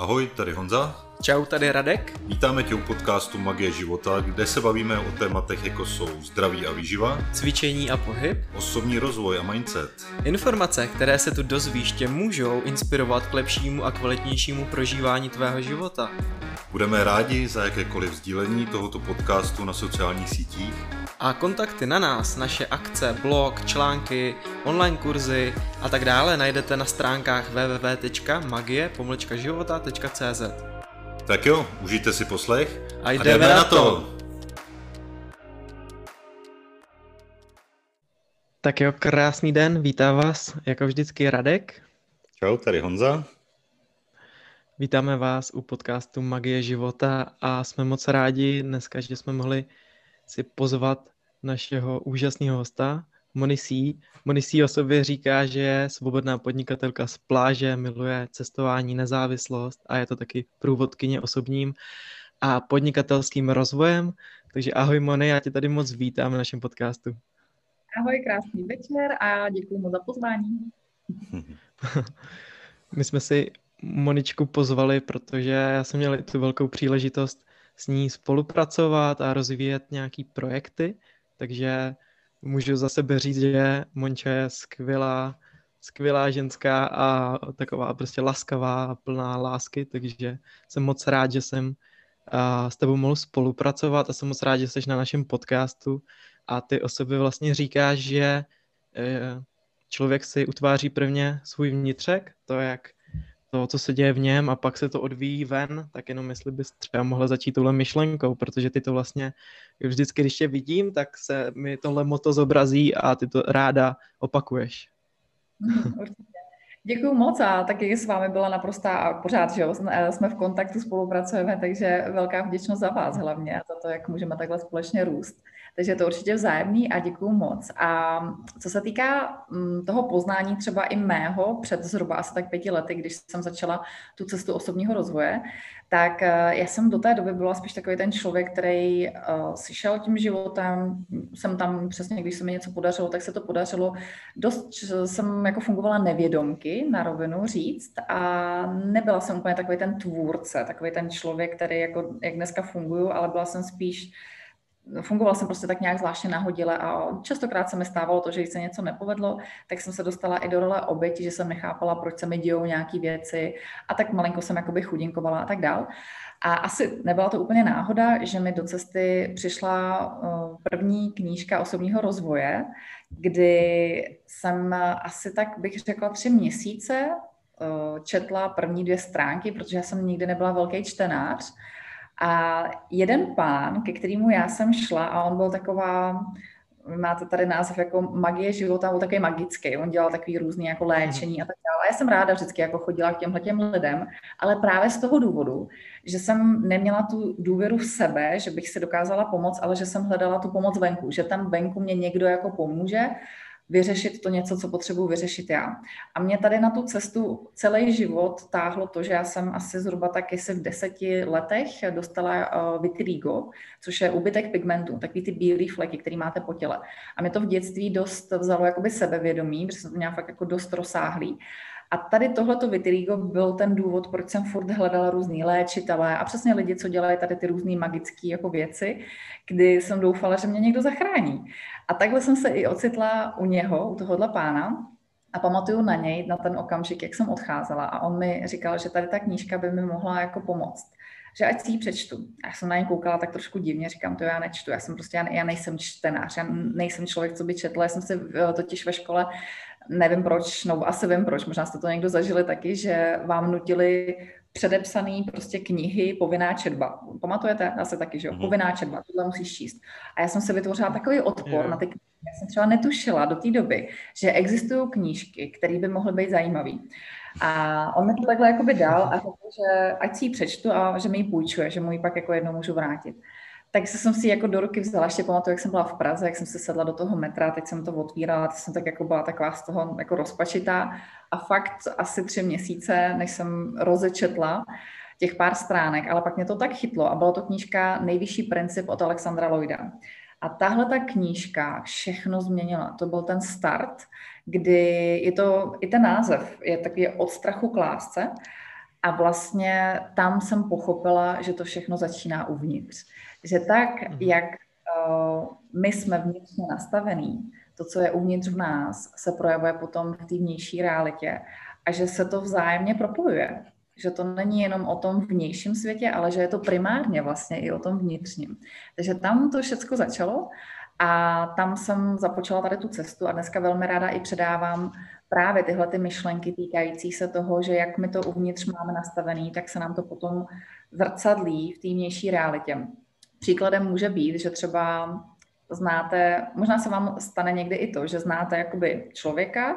Ahoj, tady Honza. Čau, tady Radek. Vítáme tě u podcastu Magie života, kde se bavíme o tématech jako jsou zdraví a výživa, Cvičení a pohyb, osobní rozvoj a mindset. Informace, které se tu dozvíš, tě můžou inspirovat k lepšímu a kvalitnějšímu prožívání tvého života. Budeme rádi za jakékoliv sdílení tohoto podcastu na sociálních sítích. A kontakty na nás, naše akce, blog, články, online kurzy a tak dále najdete na stránkách www.magie-života.cz. Tak jo, užijte si poslech a jdeme na to! Tak jo, krásný den, vítá vás jako vždycky Radek. Čau, tady Honza. Vítáme vás u podcastu Magie života a jsme moc rádi dneska, že jsme mohli si pozvat našeho úžasného hosta, Moni. Moni o sobě říká, že je svobodná podnikatelka z pláže, miluje cestování, nezávislost a je to taky průvodkyně osobním a podnikatelským rozvojem. Takže ahoj Moni, já tě tady moc vítám na našem podcastu. Ahoj, krásný večer a děkuji moc za pozvání. My jsme si Moničku pozvali, protože já jsem měl tu velkou příležitost s ní spolupracovat a rozvíjet nějaký projekty, takže můžu za sebe říct, že Monča je skvělá ženská a taková prostě laskavá a plná lásky, takže jsem moc rád, že jsem s tebou mohl spolupracovat a jsem moc rád, že jsi na našem podcastu a ty o sobě vlastně říkáš, že člověk si utváří prvně svůj vnitřek, to, co se děje v něm a pak se to odvíjí ven, tak jenom jestli bys třeba mohla začít touhle myšlenkou, protože ty to vlastně vždycky, když tě vidím, tak se mi tohle moto zobrazí a ty to ráda opakuješ. Určitě. Děkuju moc a taky s vámi byla naprostá a pořád, že jo, jsme v kontaktu, spolupracujeme, takže velká vděčnost za vás hlavně a za to, jak můžeme takhle společně růst. Takže je to určitě vzájemný a děkuju moc. A co se týká toho poznání třeba i mého před zhruba asi tak 5 lety, když jsem začala tu cestu osobního rozvoje, tak já jsem do té doby byla spíš takový ten člověk, který si šel tím životem, jsem tam přesně, když se mi něco podařilo, tak se to podařilo. Dost jsem jako fungovala nevědomky, na rovinu říct, a nebyla jsem úplně takový ten tvůrce, takový ten člověk, který jako, jak dneska funguju, ale byla jsem spíš fungovala jsem prostě tak nějak zvláštně nahodile a častokrát se mi stávalo to, že když se něco nepovedlo, tak jsem se dostala i do role oběti, že jsem nechápala, proč se mi dějou nějaké věci a tak malinko jsem jakoby chudinkovala a tak dál. A asi nebyla to úplně náhoda, že mi do cesty přišla první knížka osobního rozvoje, kdy jsem asi tak bych řekla 3 měsíce četla první 2 stránky, protože já jsem nikdy nebyla velký čtenář. A jeden pán, ke kterému já jsem šla, a on byl taková, máte tady název jako Magie života, byl takový magický, on dělal takový různý jako léčení a tak dále. A já jsem ráda vždycky jako chodila k těmhletěm lidem, ale právě z toho důvodu, že jsem neměla tu důvěru v sebe, že bych si dokázala pomoct, ale že jsem hledala tu pomoc venku, že tam venku mě někdo jako pomůže vyřešit to něco, co potřebuji vyřešit já. A mě tady na tu cestu celý život táhlo to, že já jsem asi zhruba tak jestli v 10 letech dostala vitiligo, což je úbytek pigmentu, takový ty bílý fleky, který máte po těle. A mě to v dětství dost vzalo jakoby sebevědomí, protože jsem to měla fakt jako dost rozsáhlý. A tady tohleto vitiligo byl ten důvod, proč jsem furt hledala různý léčitelé a přesně lidi, co dělají tady ty různý magické jako věci, kdy jsem doufala, že mě někdo zachrání. A takhle jsem se i ocitla u něho, u tohohle pána a pamatuju na něj, na ten okamžik, jak jsem odcházela a on mi říkal, že tady ta knížka by mi mohla jako pomoct. Že ať si ji přečtu. A já jsem na něj koukala tak trošku divně, říkám, to já nečtu, já nejsem čtenář, já nejsem člověk, co by četl, já jsem si totiž ve škole, nevím proč, no asi vím proč, možná jste to někdo zažili taky, že vám nutili předepsaný prostě knihy, povinná četba. Pamatujete? Asi taky, že jo? Povinná četba, tohle musíš číst. A já jsem se vytvořila takový odpor na ty knihy. Já jsem třeba netušila do té doby, že existují knížky, které by mohly být zajímavé. A on mi to takhle jakoby dal a řekl, že ať si ji přečtu a že mi ji půjčuje, že mu ji pak jako jednou můžu vrátit. Tak jsem si ji jako do ruky vzala, ještě pamatuju, jak jsem byla v Praze, jak jsem se sedla do toho metra, teď jsem to otvírala, teď jsem tak jako byla taková z toho jako rozpačitá a fakt asi 3 měsíce, než jsem rozečetla těch pár stránek, ale pak mě to tak chytlo a byla to knížka Nejvyšší princip od Alexandra Lloyda. A tahle ta knížka všechno změnila. To byl ten start, kdy je to, i ten název je takový od strachu k lásce. A vlastně tam jsem pochopila, že to všechno začíná uvnitř. Že tak, jak my jsme vnitřně nastavení, to, co je uvnitř v nás, se projevuje potom v té vnější realitě a že se to vzájemně propojuje. Že to není jenom o tom vnějším světě, ale že je to primárně vlastně i o tom vnitřním. Takže tam to všechno začalo a tam jsem započala tady tu cestu a dneska velmi ráda i předávám právě tyhle ty myšlenky týkající se toho, že jak my to uvnitř máme nastavený, tak se nám to potom zrcadlí v té vnější realitě. Příkladem může být, že třeba znáte, možná se vám stane někdy i to, že znáte jakoby člověka,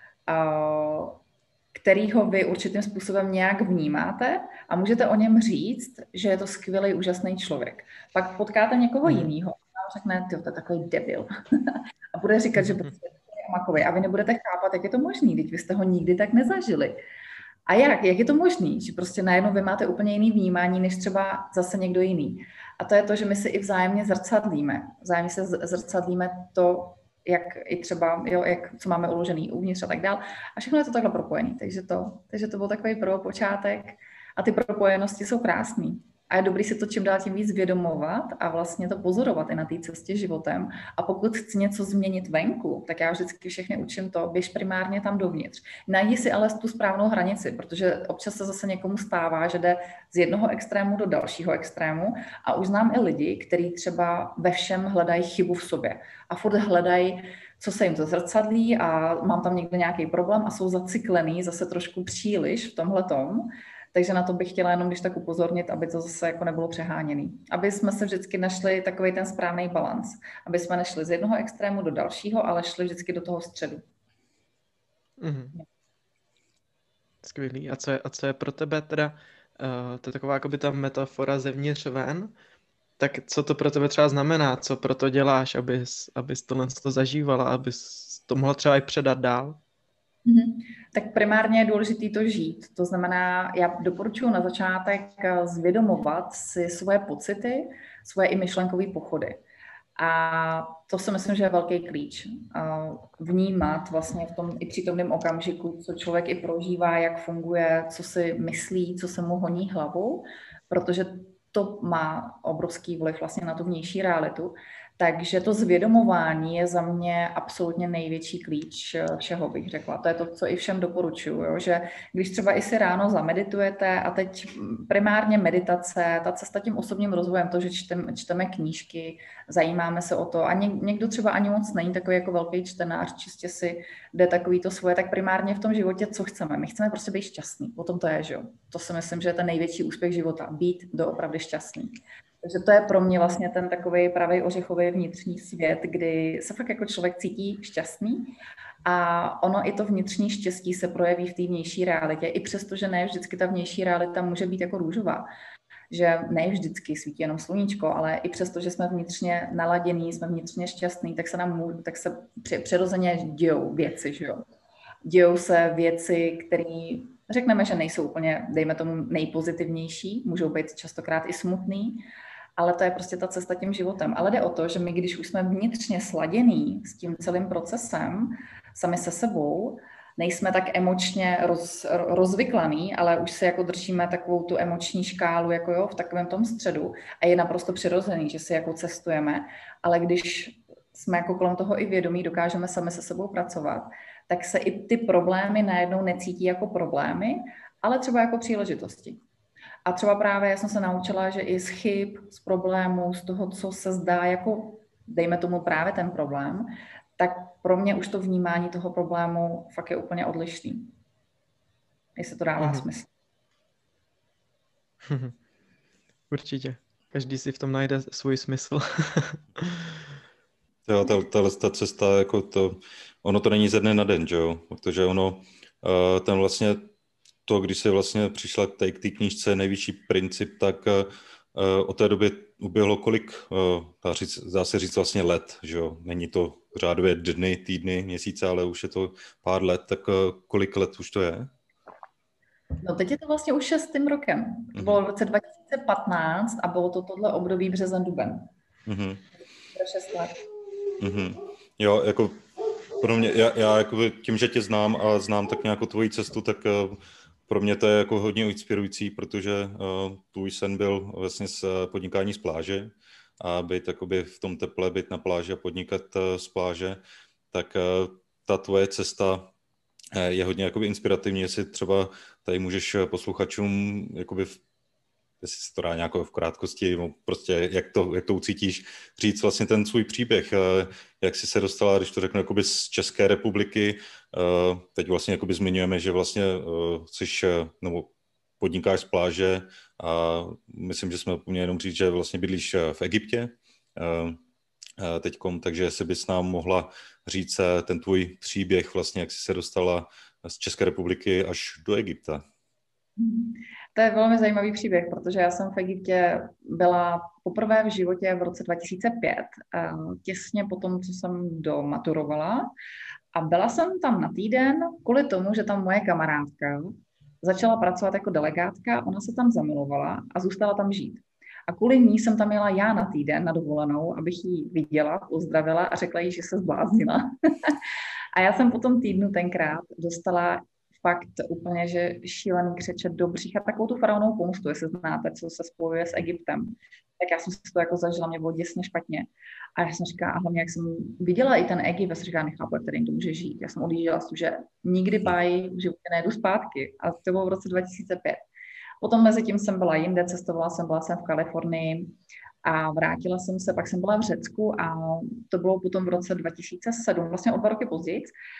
kterýho vy určitým způsobem nějak vnímáte a můžete o něm říct, že je to skvělý, úžasný člověk. Pak potkáte někoho jiného a vám řekne, to je takový debil. A bude říkat, že prostě makový a vy nebudete chápat, jak je to možný, teď vy jste ho nikdy tak nezažili. A jak je to možný, že prostě najednou vy máte úplně jiný vnímání, než třeba zase někdo jiný. A to je to, že my si i vzájemně zrcadlíme. Vzájemně se zrcadlíme to, jak i třeba, jo, co máme uložený uvnitř a tak dál. A všechno je to takhle propojené. Takže to byl takový prvopočátek a ty propojenosti jsou krásné. A je dobrý si to čím dál tím víc vědomovat a vlastně to pozorovat i na té cestě životem. A pokud chci něco změnit venku, tak já vždycky všechny učím to, běž primárně tam dovnitř. Najdi si ale tu správnou hranici, protože občas se zase někomu stává, že jde z jednoho extrému do dalšího extrému a už znám i lidi, kteří třeba ve všem hledají chybu v sobě a furt hledají, co se jim to zrcadlí a mám tam někde nějaký problém a jsou zacyklený zase trošku příliš v tomhletom. Takže na to bych chtěla jenom když tak upozornit, aby to zase jako nebylo přeháněný. Aby jsme se vždycky našli takový ten správný balans. Aby jsme nešli z jednoho extrému do dalšího, ale šli vždycky do toho středu. Skvělý. A co je pro tebe teda, to je taková jakoby ta metafora zevnitř ven, tak co to pro tebe třeba znamená? Co pro to děláš, abys tohle zažívala, abys to mohla třeba i předat dál? Tak primárně je důležité to žít. To znamená, já doporučuji na začátek zvědomovat si svoje pocity, svoje i myšlenkové pochody. A to si myslím, že je velký klíč. Vnímat vlastně v tom i přítomném okamžiku, co člověk i prožívá, jak funguje, co si myslí, co se mu honí hlavou, protože to má obrovský vliv vlastně na tu vnější realitu. Takže to zvědomování je za mě absolutně největší klíč všeho, bych řekla. To je to, co i všem doporučuju, jo? Že když třeba i si ráno zameditujete a teď primárně meditace, ta cesta tím osobním rozvojem, to, že čteme knížky, zajímáme se o to a někdo třeba ani moc není takový jako velký čtenář, čistě si jde takový to svoje, tak primárně v tom životě, co chceme? My chceme prostě být šťastný, o tom to je, že jo? To si myslím, že je ten největší úspěch života, být doopravdy šťastný. Takže to je pro mě vlastně ten takový pravý ořechový vnitřní svět, kdy se fakt jako člověk cítí šťastný a ono i to vnitřní štěstí se projeví v té vnější realitě, i přesto, že ne vždycky ta vnější realita může být jako růžová. Že ne vždycky svítí jenom sluníčko, ale i přesto, že jsme vnitřně naladění, jsme vnitřně šťastní, tak se přirozeně dějou věci, že jo. Dějou se věci, které řekneme, že nejsou úplně, dejme tomu, nejpozitivnější, můžou být častokrát i smutný, ale to je prostě ta cesta tím životem. Ale jde o to, že my, když už jsme vnitřně sladění s tím celým procesem, sami se sebou, nejsme tak emočně rozvyklaný, ale už se jako držíme takovou tu emoční škálu jako jo, v takovém tom středu a je naprosto přirozený, že si jako cestujeme, ale když jsme jako kolem toho i vědomí, dokážeme sami se sebou pracovat, tak se i ty problémy najednou necítí jako problémy, ale třeba jako příležitosti. A třeba právě já jsem se naučila, že i z chyb, z problémů, z toho, co se zdá jako, dejme tomu právě ten problém, tak pro mě už to vnímání toho problému fakt je úplně odlišný. Jestli to dává smysl. Určitě. Každý si v tom najde svůj smysl. Jo, ta cesta, jako ono to není ze dne na den, že jo? Protože ono, ten vlastně, to, když se vlastně přišla k té knížce Nejvyšší princip, tak od té doby uběhlo kolik, dá se říct vlastně let, že jo? Není to řádově dny, týdny, měsíce, ale už je to pár let, tak kolik let už to je? No teď je to vlastně už 6. rokem. To bylo v roce 2015 a bylo to tohle období březen, duben. 6 let. Jo, jako pro mě, já jako tím, že tě znám a znám tak nějakou tvoji cestu, tak pro mě to je jako hodně inspirující, protože tvůj sen byl vlastně podnikání z pláže a být jakoby v tom teple, být na pláži a podnikat z pláže, tak ta tvoje cesta je hodně jakoby inspirativní, jestli třeba tady můžeš posluchačům jakoby jestli se to dá nějak v krátkosti, prostě jak to ucítíš, říct vlastně ten svůj příběh, jak jsi se dostala, když to řeknu, jakoby z České republiky, teď vlastně jakoby zmiňujeme, že vlastně nebo podnikáš z pláže a myslím, že jsme opomněli jenom říct, že vlastně bydlíš v Egyptě teďkom, takže jestli bys nám mohla říct ten tvůj příběh vlastně, jak jsi se dostala z České republiky až do Egypta. To je velmi zajímavý příběh, protože já jsem v Egyptě byla poprvé v životě v roce 2005, těsně po tom, co jsem domaturovala. A byla jsem tam na týden kvůli tomu, že tam moje kamarádka začala pracovat jako delegátka, ona se tam zamilovala a zůstala tam žít. A kvůli ní jsem tam jela já na týden na dovolenou, abych ji viděla, pozdravila a řekla jí, že se zbláznila. A já jsem po tom týdnu tenkrát dostala fakt úplně, že šílený křečet do břicha, takovou tu faraonovou pomstu, jestli znáte, co se spojuje s Egyptem. Tak já jsem si to jako zažila, mě bylo děsně špatně. A já jsem říkala, a hlavně jak jsem viděla i ten Egypt, já jsem říkala, nechápu, jak tady to může žít. Já jsem odjížděla s tím, že nikdy báji v životě nejedu zpátky. A to bylo v roce 2005. Potom mezi tím jsem byla jinde, byla jsem v Kalifornii a vrátila jsem se, pak jsem byla v Řecku a to bylo potom v roce 2007, vlastně o 2 roky později.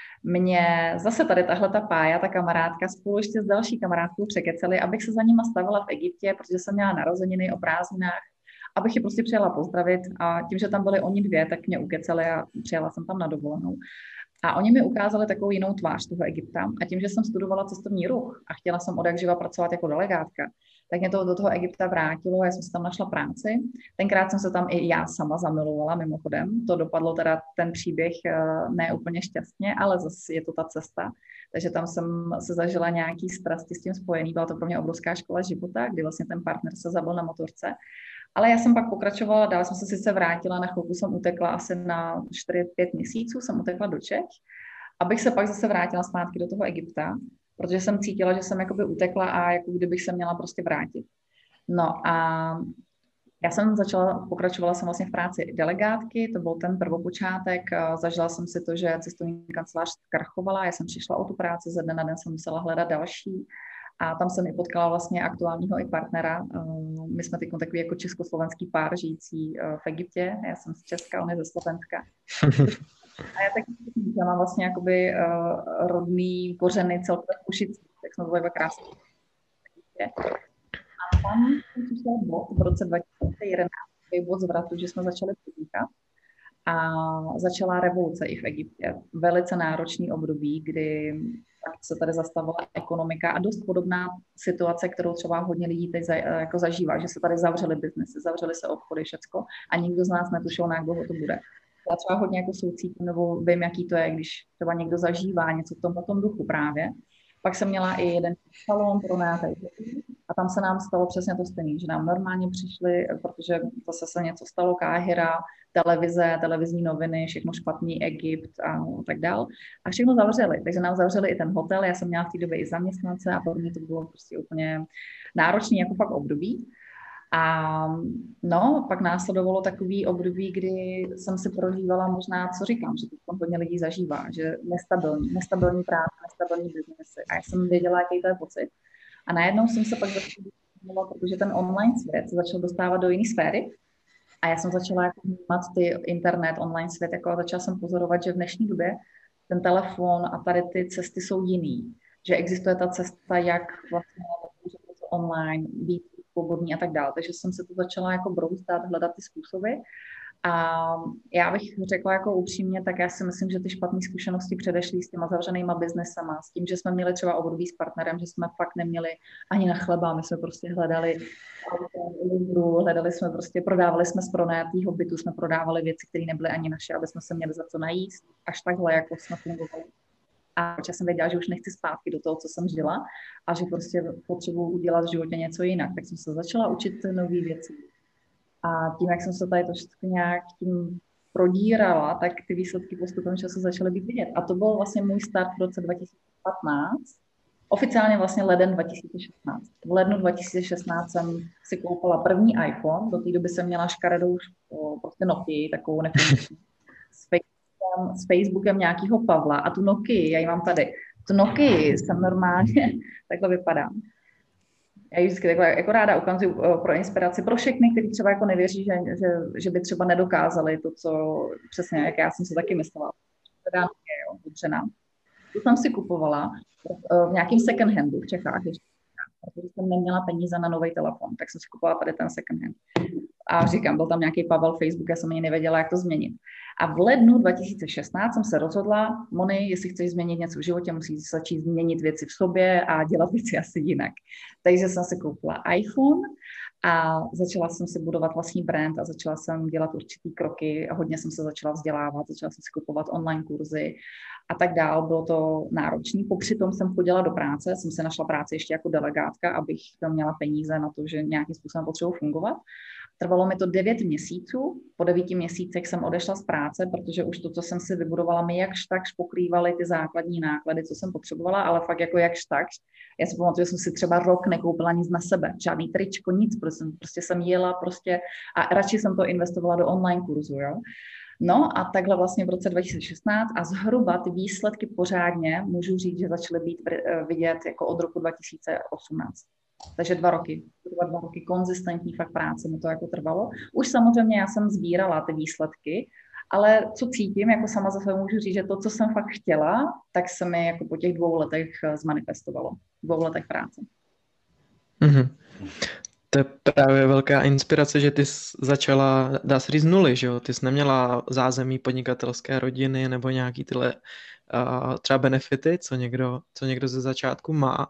Mě zase tady ta Pája, ta kamarádka, spolu ještě s další kamarádkou překeceli, abych se za nima stavila v Egyptě, protože jsem měla narozeniny o prázdninách, abych je prostě přijela pozdravit a tím, že tam byli oni dvě, tak mě ukeceli a přijela jsem tam na dovolenou. A oni mi ukázali takovou jinou tvář toho Egypta a tím, že jsem studovala cestovní ruch a chtěla jsem odjakživa pracovat jako delegátka, tak mě to do toho Egypta vrátilo, já jsem si tam našla práci. Tenkrát jsem se tam i já sama zamilovala mimochodem. To dopadlo teda ten příběh ne úplně šťastně, ale zase je to ta cesta. Takže tam jsem se zažila nějaký strasti s tím spojený. Byla to pro mě obrovská škola života, kdy vlastně ten partner se zabil na motorce. Ale já jsem pak pokračovala dál, jsem se sice vrátila, na chvilku jsem utekla asi na 4-5 měsíců, jsem utekla do Čech, abych se pak zase vrátila zpátky do toho Egypta, protože jsem cítila, že jsem jakoby utekla a jako kdybych se měla prostě vrátit. No a já jsem pokračovala jsem vlastně v práci delegátky, to byl ten prvopočátek, zažila jsem si to, že cestovní kancelář zkrachovala, já jsem přišla o tu práci, ze dne na den jsem musela hledat další. A tam jsem i potkala vlastně aktuálního i partnera. My jsme teď takový jako československý pár žijící v Egyptě. Já jsem z Česka, on je ze Slovenska. A já taky mám vlastně jakoby rodný kořeny celkově v Košicích, tak jsme byli krásně. A tam přišel bod v roce 2011, bod zvratu, že jsme začali podnikat. A začala revoluce i v Egyptě. Velice náročný období, kdy se tady zastavila ekonomika a dost podobná situace, kterou třeba hodně lidí teď jako zažívá, že se tady zavřely biznesy, zavřely se obchody, všecko a nikdo z nás netušil, na jak dlouho to bude. Já třeba hodně jako soucítím, nebo vím, jaký to je, když třeba někdo zažívá něco v tomhle duchu právě. Pak jsem měla i jeden salon pro nátaj a tam se nám stalo přesně to stejné, že nám normálně přišli, protože zase se něco stalo, Káhira, televize, televizní noviny, všechno špatný, Egypt a tak dál. A všechno zavřeli, takže nám zavřeli i ten hotel, já jsem měla v té době i zaměstnance a pro mě to bylo prostě úplně náročný jako fakt období. A no, pak následovalo takový období, kdy jsem si prožívala možná, co říkám, že to hodně lidí zažívá, že nestabilní práce, nestabilní biznesy. A já jsem věděla, jaký to je pocit. A najednou jsem se pak začala, protože ten online svět se začal dostávat do jiné sféry. A já jsem začala jako vnímat ty internet, online svět, jako a začala jsem pozorovat, že v dnešní době ten telefon a tady ty cesty jsou jiný. Že existuje ta cesta, jak vlastně online být svobodní a tak dále. Takže jsem se to začala jako broustat, hledat ty způsoby. A já bych řekla jako upřímně, tak já si myslím, že ty špatné zkušenosti předešly s těma zavřenýma biznesama, s tím, že jsme měli třeba období s partnerem, že jsme fakt neměli ani na chleba, my jsme prostě hledali jsme prostě, prodávali jsme z pronajatýho bytu, jsme prodávali věci, které nebyly ani naše, aby jsme se měli za co najíst, až takhle, jako jsme fungovali. A já jsem věděla, že už nechci zpátky do toho, co jsem žila a že prostě potřebuji udělat v životě něco jinak. Tak jsem se začala učit nové věci. A tím, jak jsem se tady to všechno nějak tím prodírala, tak ty výsledky postupem času začaly být vidět. A to byl vlastně můj start v roce 2015. Oficiálně vlastně leden 2016. V lednu 2016 jsem si koupila první iPhone, do té doby jsem měla škaredou prostě Nokii, takovou nefunkční, s Facebookem nějakého Pavla a tu Nokii, já ji mám tady. Tu Nokii jsem normálně, takhle vypadám. Já ji vždycky takhle jako ráda ukazuju pro inspiraci, pro všechny, kteří třeba jako nevěří, že by třeba nedokázali to, co přesně, jak já jsem si taky myslela. Teda Nokia, udřená. Tu jsem si kupovala v nějakém second handu v Čechách, protože jsem neměla peníze na nový telefon, tak jsem si kupovala tady ten second hand. A říkám, byl tam nějaký Pavel Facebook, já jsem ani nevěděla, jak to změnit. A v lednu 2016 jsem se rozhodla, Moni, jestli chceš změnit něco v životě, musíš začít změnit věci v sobě a dělat věci asi jinak. Takže jsem si koupila iPhone a začala jsem si budovat vlastní brand a začala jsem dělat určitý kroky a hodně jsem se začala vzdělávat, začala jsem si kupovat online kurzy a tak dál. Bylo to náročné. Popři tom jsem chodila do práce, jsem se našla práci ještě jako delegátka, abych tam měla peníze na to, že nějakým způsobem potřebuji fungovat. Trvalo mi to 9 měsíců, po 9 měsících jsem odešla z práce, protože už to, co jsem si vybudovala, mi jakž takž pokrývaly ty základní náklady, co jsem potřebovala, ale fakt jako jakž takž. Já si pamatuju, že jsem si třeba rok nekoupila nic na sebe, žádný tričko, nic, prostě jsem jela a radši jsem to investovala do online kurzu, jo. No a takhle vlastně v roce 2016 a zhruba ty výsledky pořádně můžu říct, že začaly být vidět jako od roku 2018. Takže 2 roky, 2 roky konzistentní fakt práce mi to jako trvalo. Už samozřejmě já jsem sbírala ty výsledky, ale co cítím, jako sama za sebe můžu říct, že to, co jsem fakt chtěla, tak se mi jako po těch 2 letech zmanifestovalo. 2 letech práce. Mm-hmm. To je právě velká inspirace, že ty jsi začala, dá se říct, nuly, že jo? Ty jsi neměla zázemí podnikatelské rodiny nebo nějaký tyhle třeba benefity, co někdo ze začátku má.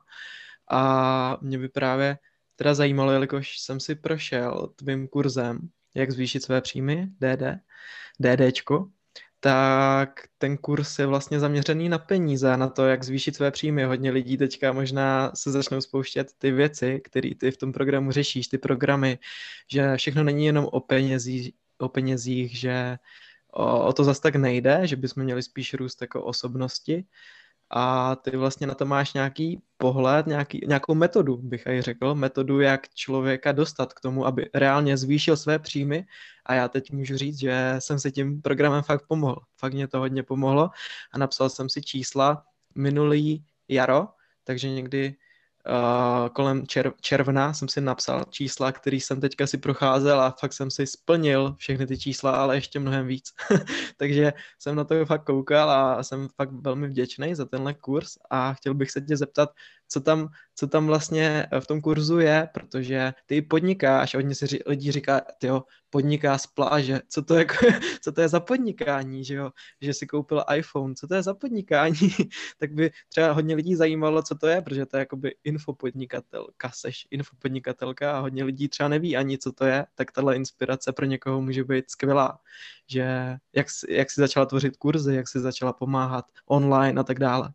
A mě by právě teda zajímalo, jelikož jsem si prošel tvým kurzem, jak zvýšit své příjmy, DDčko, tak ten kurz je vlastně zaměřený na peníze, na to, jak zvýšit své příjmy. Hodně lidí teďka možná se začnou spouštět ty věci, které ty v tom programu řešíš, ty programy, že všechno není jenom o penězích, že o to zas tak nejde, že bychom měli spíš růst jako osobnosti. A ty vlastně na to máš nějaký pohled, nějakou metodu, bych aj řekl, metodu, jak člověka dostat k tomu, aby reálně zvýšil své příjmy. A já teď můžu říct, že jsem si tím programem fakt pomohl. Fakt mě to hodně pomohlo a napsal jsem si čísla minulý jaro, takže někdy kolem června jsem si napsal čísla, který jsem teďka si procházel a fakt jsem si splnil všechny ty čísla, ale ještě mnohem víc. Takže jsem na to fakt koukal a jsem fakt velmi vděčný za tenhle kurz a chtěl bych se tě zeptat, co tam vlastně v tom kurzu je, protože ty podnikáš a hodně si lidi říká, tyjo, podniká z pláže, co to je za podnikání, že jo, že si koupil iPhone, co to je za podnikání, tak by třeba hodně lidí zajímalo, co to je, protože to je jakoby infopodnikatelka a hodně lidí třeba neví ani, co to je, tak tahle inspirace pro někoho může být skvělá, že jak jsi začala tvořit kurzy, jak jsi začala pomáhat online a tak dále.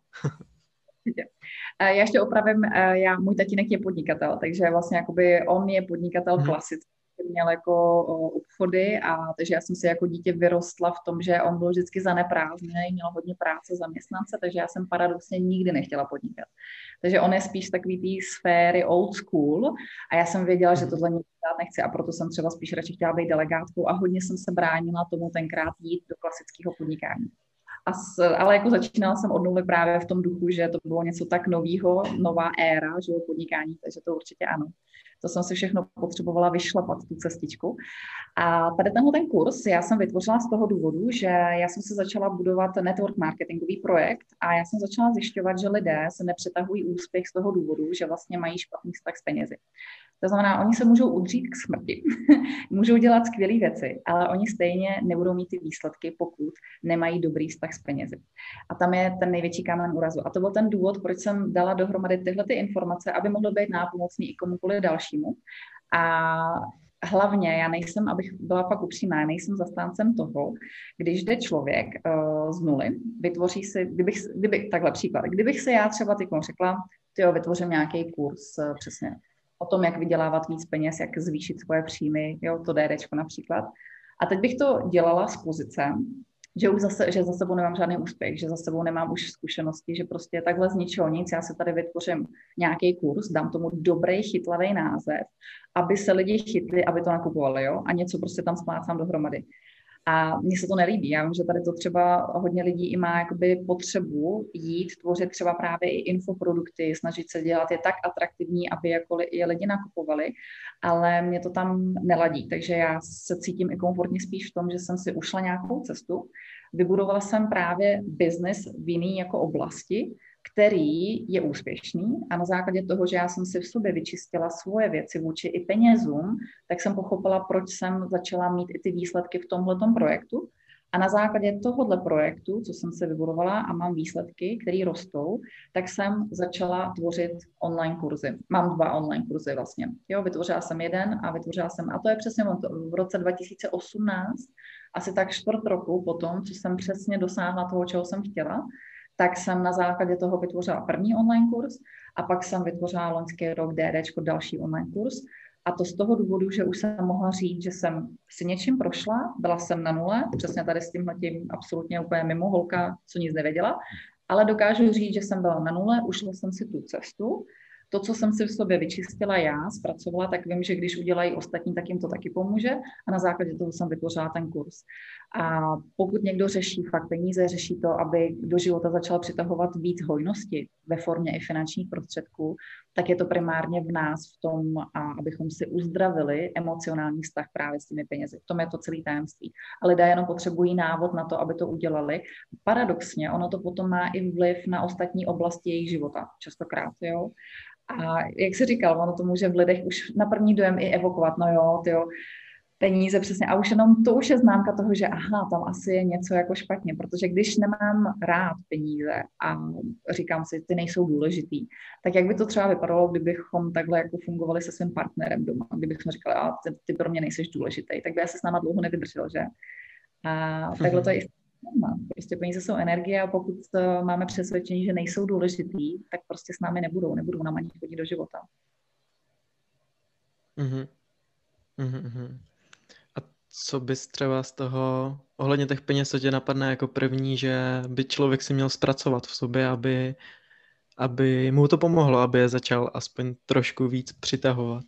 Já ještě opravím, můj tatínek je podnikatel, takže vlastně jakoby on je podnikatel klasický, měl jako obchody a takže já jsem si jako dítě vyrostla v tom, že on byl vždycky zaneprázdněný, měl hodně práce, zaměstnance, takže já jsem paradoxně nikdy nechtěla podnikat. Takže on je spíš takový té sféry old school a já jsem věděla, že tohle nikdy nechci a proto jsem třeba spíš radši chtěla být delegátkou a hodně jsem se bránila tomu tenkrát jít do klasického podnikání. Ale jako začínala jsem od nuly právě v tom duchu, že to bylo něco tak novýho, nová éra, že podnikání, takže to určitě ano. To jsem si všechno potřebovala vyšlapat, tu cestičku. A tady ten kurz já jsem vytvořila z toho důvodu, že já jsem se začala budovat network marketingový projekt a já jsem začala zjišťovat, že lidé se nepřetahují úspěch z toho důvodu, že vlastně mají špatný vztah s penězi. To znamená, oni se můžou udřít k smrti, můžou dělat skvělé věci, ale oni stejně nebudou mít ty výsledky, pokud nemají dobrý vztah s penězi. A tam je ten největší kámen úrazu. A to byl ten důvod, proč jsem dala dohromady tyhle ty informace, aby mohly být nápomocný i komukoliv dalšímu. A hlavně já nejsem, abych byla fakt upřímná, nejsem zastáncem toho, když jde člověk z nuly, vytvoří si, kdybych se já třeba tykom řekla, vytvořím nějaký kurz přesně o tom, jak vydělávat víc peněz, jak zvýšit svoje příjmy, jo, to DDčko například. A teď bych to dělala z pozice, že za sebou nemám žádný úspěch, že za sebou nemám už zkušenosti, že prostě takhle z ničeho nic, já si tady vytvořím nějaký kurz, dám tomu dobrý, chytlavý název, aby se lidi chytli, aby to nakupovali, jo, a něco prostě tam splácám dohromady. A mně se to nelíbí. Já vím, že tady to třeba hodně lidí i má jakoby potřebu jít, tvořit třeba právě i infoprodukty, snažit se dělat je tak atraktivní, aby jako je lidi nakupovali, ale mě to tam neladí. Takže já se cítím i komfortně spíš v tom, že jsem si ušla nějakou cestu. Vybudovala jsem právě biznis v jiné jako oblasti, který je úspěšný a na základě toho, že já jsem si v sobě vyčistila svoje věci vůči i penězům, tak jsem pochopila, proč jsem začala mít i ty výsledky v tomhletom projektu. A na základě tohohle projektu, co jsem si vybudovala a mám výsledky, které rostou, tak jsem začala tvořit online kurzy. Mám 2 online kurzy vlastně. Jo, vytvořila jsem jeden a a to je přesně v roce 2018, asi tak 4 roku potom, co jsem přesně dosáhla toho, čeho jsem chtěla, tak jsem na základě toho vytvořila první online kurz a pak jsem vytvořila loňský rok DDčko, další online kurz. A to z toho důvodu, že už jsem mohla říct, že jsem si něčím prošla, byla jsem na nule, přesně tady s tímhletím absolutně úplně mimo, holka, co nic nevěděla, ale dokážu říct, že jsem byla na nule, ušla jsem si tu cestu. To, co jsem si v sobě vyčistila já, zpracovala, tak vím, že když udělají ostatní, tak jim to taky pomůže a na základě toho jsem vytvořila ten kurz. A pokud někdo řeší fakt peníze, řeší to, aby do života začal přitahovat víc hojnosti ve formě i finančních prostředků, tak je to primárně v nás v tom, abychom si uzdravili emocionální vztah právě s těmi penězi. V tom je to celé tajemství. A lidé jenom potřebují návod na to, aby to udělali. Paradoxně, ono to potom má i vliv na ostatní oblasti jejich života, častokrát, jo. A jak jsi říkal, ono to může v lidech už na první dojem i evokovat, no jo, tyjo, peníze přesně. A už jenom to už je známka toho, že aha, tam asi je něco jako špatně, protože když nemám rád peníze a říkám si, ty nejsou důležitý, tak jak by to třeba vypadalo, kdybychom takhle jako fungovali se svým partnerem doma, kdybychom říkali, a ty pro mě nejseš důležitý, tak by asi s náma dlouho nevydržel, že? A takhle to je prostě peníze jsou energie a pokud máme přesvědčení, že nejsou důležitý, tak prostě s námi nebudou nám ani chodit do života. Mm-hmm. Mm-hmm. A co bys třeba z toho, ohledně těch peněz, co tě napadne jako první, že by člověk si měl zpracovat v sobě, aby mu to pomohlo, aby je začal aspoň trošku víc přitahovat?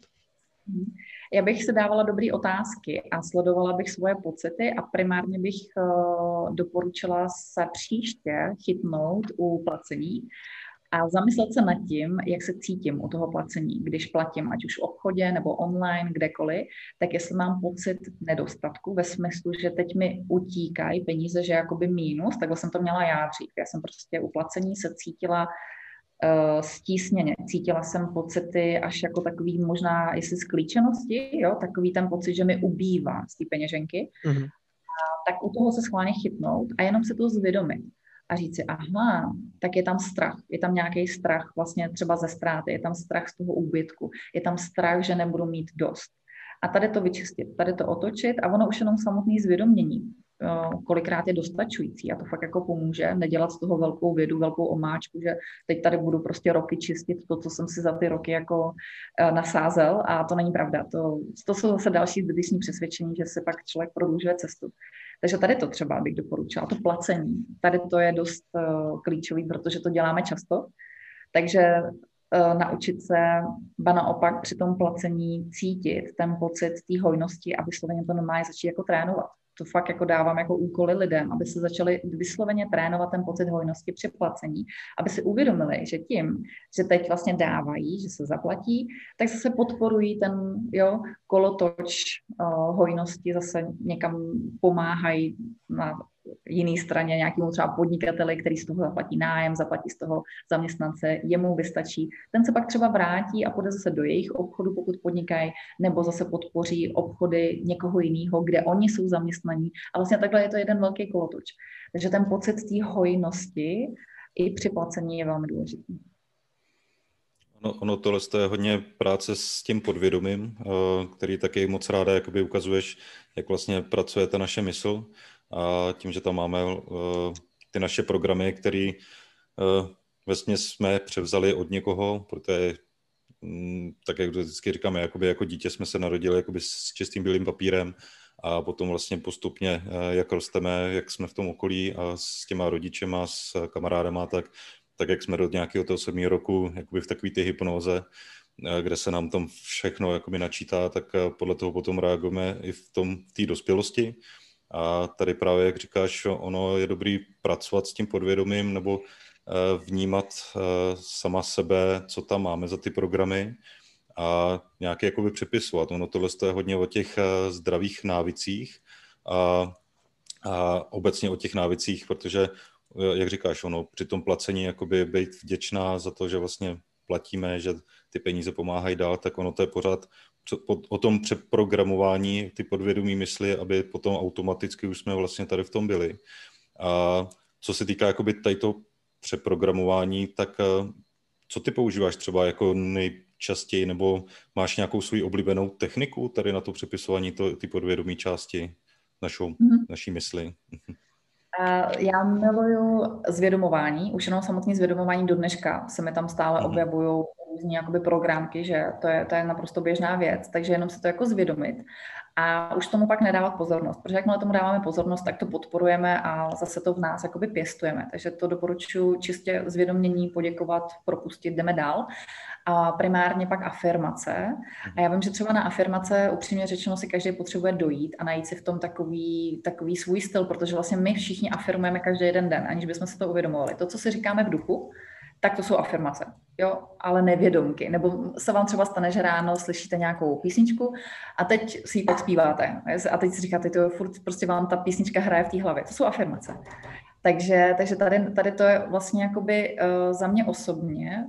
Já bych si dávala dobré otázky a sledovala bych svoje pocity a primárně bych doporučila se příště chytnout u placení a zamyslet se nad tím, jak se cítím u toho placení. Když platím, ať už v obchodě nebo online, kdekoliv, tak jestli mám pocit nedostatku ve smyslu, že teď mi utíkají peníze, že jakoby mínus, takhle jsem to měla já dřív. Já jsem prostě u placení se cítila stísněně. Cítila jsem pocity až jako takový možná jestli sklíčenosti, jo, takový ten pocit, že mi ubývá z té peněženky. Mm-hmm. Tak u toho se schválně chytnout a jenom se to zvědomit a říct si, aha, tak je tam strach, je tam nějaký strach vlastně třeba ze ztráty, je tam strach z toho úbytku, je tam strach, že nebudu mít dost. A tady to vyčistit, tady to otočit a ono už jenom samotné zvědomění kolikrát je dostačující a to fakt jako pomůže, nedělat z toho velkou vědu, velkou omáčku, že teď tady budu prostě roky čistit to, co jsem si za ty roky jako nasázel a to není pravda. To jsou zase další zbytečné přesvědčení, že si pak člověk prodlužuje cestu. Takže tady to třeba bych doporučila, to placení. Tady to je dost klíčový, protože to děláme často. Takže naučit se ba naopak při tom placení cítit ten pocit té hojnosti a vysloveně to normálně začít jako trénovat. To fakt jako dávám jako úkoly lidem, aby se začali vysloveně trénovat ten pocit hojnosti při placení, aby si uvědomili, že tím, že teď vlastně dávají, že se zaplatí, tak zase podporují ten kolotoč hojnosti, zase někam pomáhají na jiné straně nějakému třeba podnikateli, který z toho zaplatí nájem, zaplatí z toho zaměstnance, jemu vystačí. Ten se pak třeba vrátí a půjde zase do jejich obchodu, pokud podnikají, nebo zase podpoří obchody někoho jiného, kde oni jsou zaměstnaní. A vlastně takhle je to jeden velký kolotoč. Takže ten pocit té hojnosti i při placení je velmi důležitý. Ono tohle je hodně práce s tím podvědomím, který taky moc ráda jakoby ukazuješ, jak vlastně pracuje ta naše mysl. A tím, že tam máme ty naše programy, které vesměs jsme převzali od někoho, protože tak jak vždycky říkáme, jakoby jako dítě jsme se narodili jakoby s čistým bílým papírem a potom vlastně postupně, jak rosteme, jak jsme v tom okolí a s těma rodičema, s kamarádama, tak jak jsme do nějakého toho 7. roku jakoby v takové ty hypnoze, kde se nám tam všechno jakoby načítá, tak podle toho potom reagujeme i v té dospělosti. A tady právě, jak říkáš, ono je dobrý pracovat s tím podvědomím nebo vnímat sama sebe, co tam máme za ty programy a nějaké jakoby přepisovat. Ono tohle je hodně o těch zdravých návicích a obecně o těch návicích, protože, jak říkáš, ono při tom placení jakoby být vděčná za to, že vlastně platíme, že ty peníze pomáhají dál, tak ono to je pořád o tom přeprogramování ty podvědomí mysli, aby potom automaticky už jsme vlastně tady v tom byli. A co se týká jakoby tady toho přeprogramování, tak co ty používáš třeba jako nejčastěji, nebo máš nějakou svou oblíbenou techniku tady na to přepisování ty podvědomí části naší mysli? Já miluju zvědomování, už jenom samotné zvědomování do dneška se mi tam stále objevují různý jakoby programky, že to je naprosto běžná věc, takže jenom si to jako zvědomit a už tomu pak nedávat pozornost, protože jakmile tomu dáváme pozornost, tak to podporujeme a zase to v nás jakoby pěstujeme, takže to doporučuji čistě zvědomění, poděkovat, propustit, jdeme dál. A primárně pak afirmace. A já vím, že třeba na afirmace, upřímně řečeno, si každý potřebuje dojít a najít si v tom takový svůj styl, protože vlastně my všichni afirmujeme každý jeden den, aniž bychom si to uvědomovali. To, co si říkáme v duchu, tak to jsou afirmace, jo, ale nevědomky. Nebo se vám třeba stane, že ráno slyšíte nějakou písničku a teď si ji pak zpíváte. A teď si říkáte, to furt prostě vám ta písnička hraje v té hlavě. To jsou afirmace. Takže tady to je vlastně jakoby za mě osobně.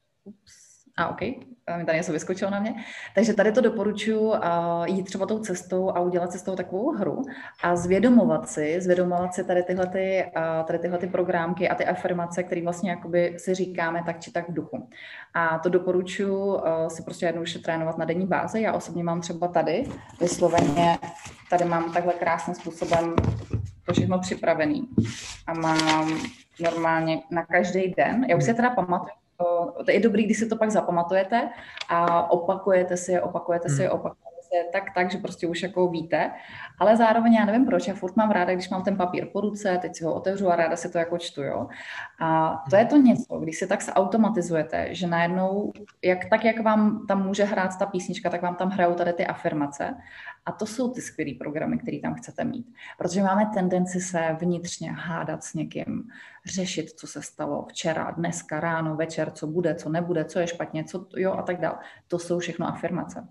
OK, mi tady něco vyskočilo na mě. Takže tady to doporučuji jít třeba tou cestou a udělat si z toho takovou hru a zvědomovat si tady tyhle programky a ty afirmace, které vlastně jakoby si říkáme tak či tak v duchu. A to doporučuji si prostě jednoduše trénovat na denní bázi. Já osobně mám třeba tady vysloveně, tady mám takhle krásným způsobem to všechno připravený a mám normálně na každý den. Já už si teda pamatuju, to je dobrý, když si to pak zapamatujete a opakujete si tak, že prostě už jako víte, ale zároveň já nevím proč, já furt mám ráda, když mám ten papír po ruce, teď si ho otevřu a ráda si to jako čtu, jo. A to je to něco, když si tak se automatizujete, že najednou, jak vám tam může hrát ta písnička, tak vám tam hrajou tady ty afirmace a to jsou ty skvělý programy, které tam chcete mít, protože máme tendenci se vnitřně hádat s někým, řešit, co se stalo včera, dneska, ráno, večer, co bude, co nebude, co je špatně, co jo a tak dále. To jsou všechno afirmace.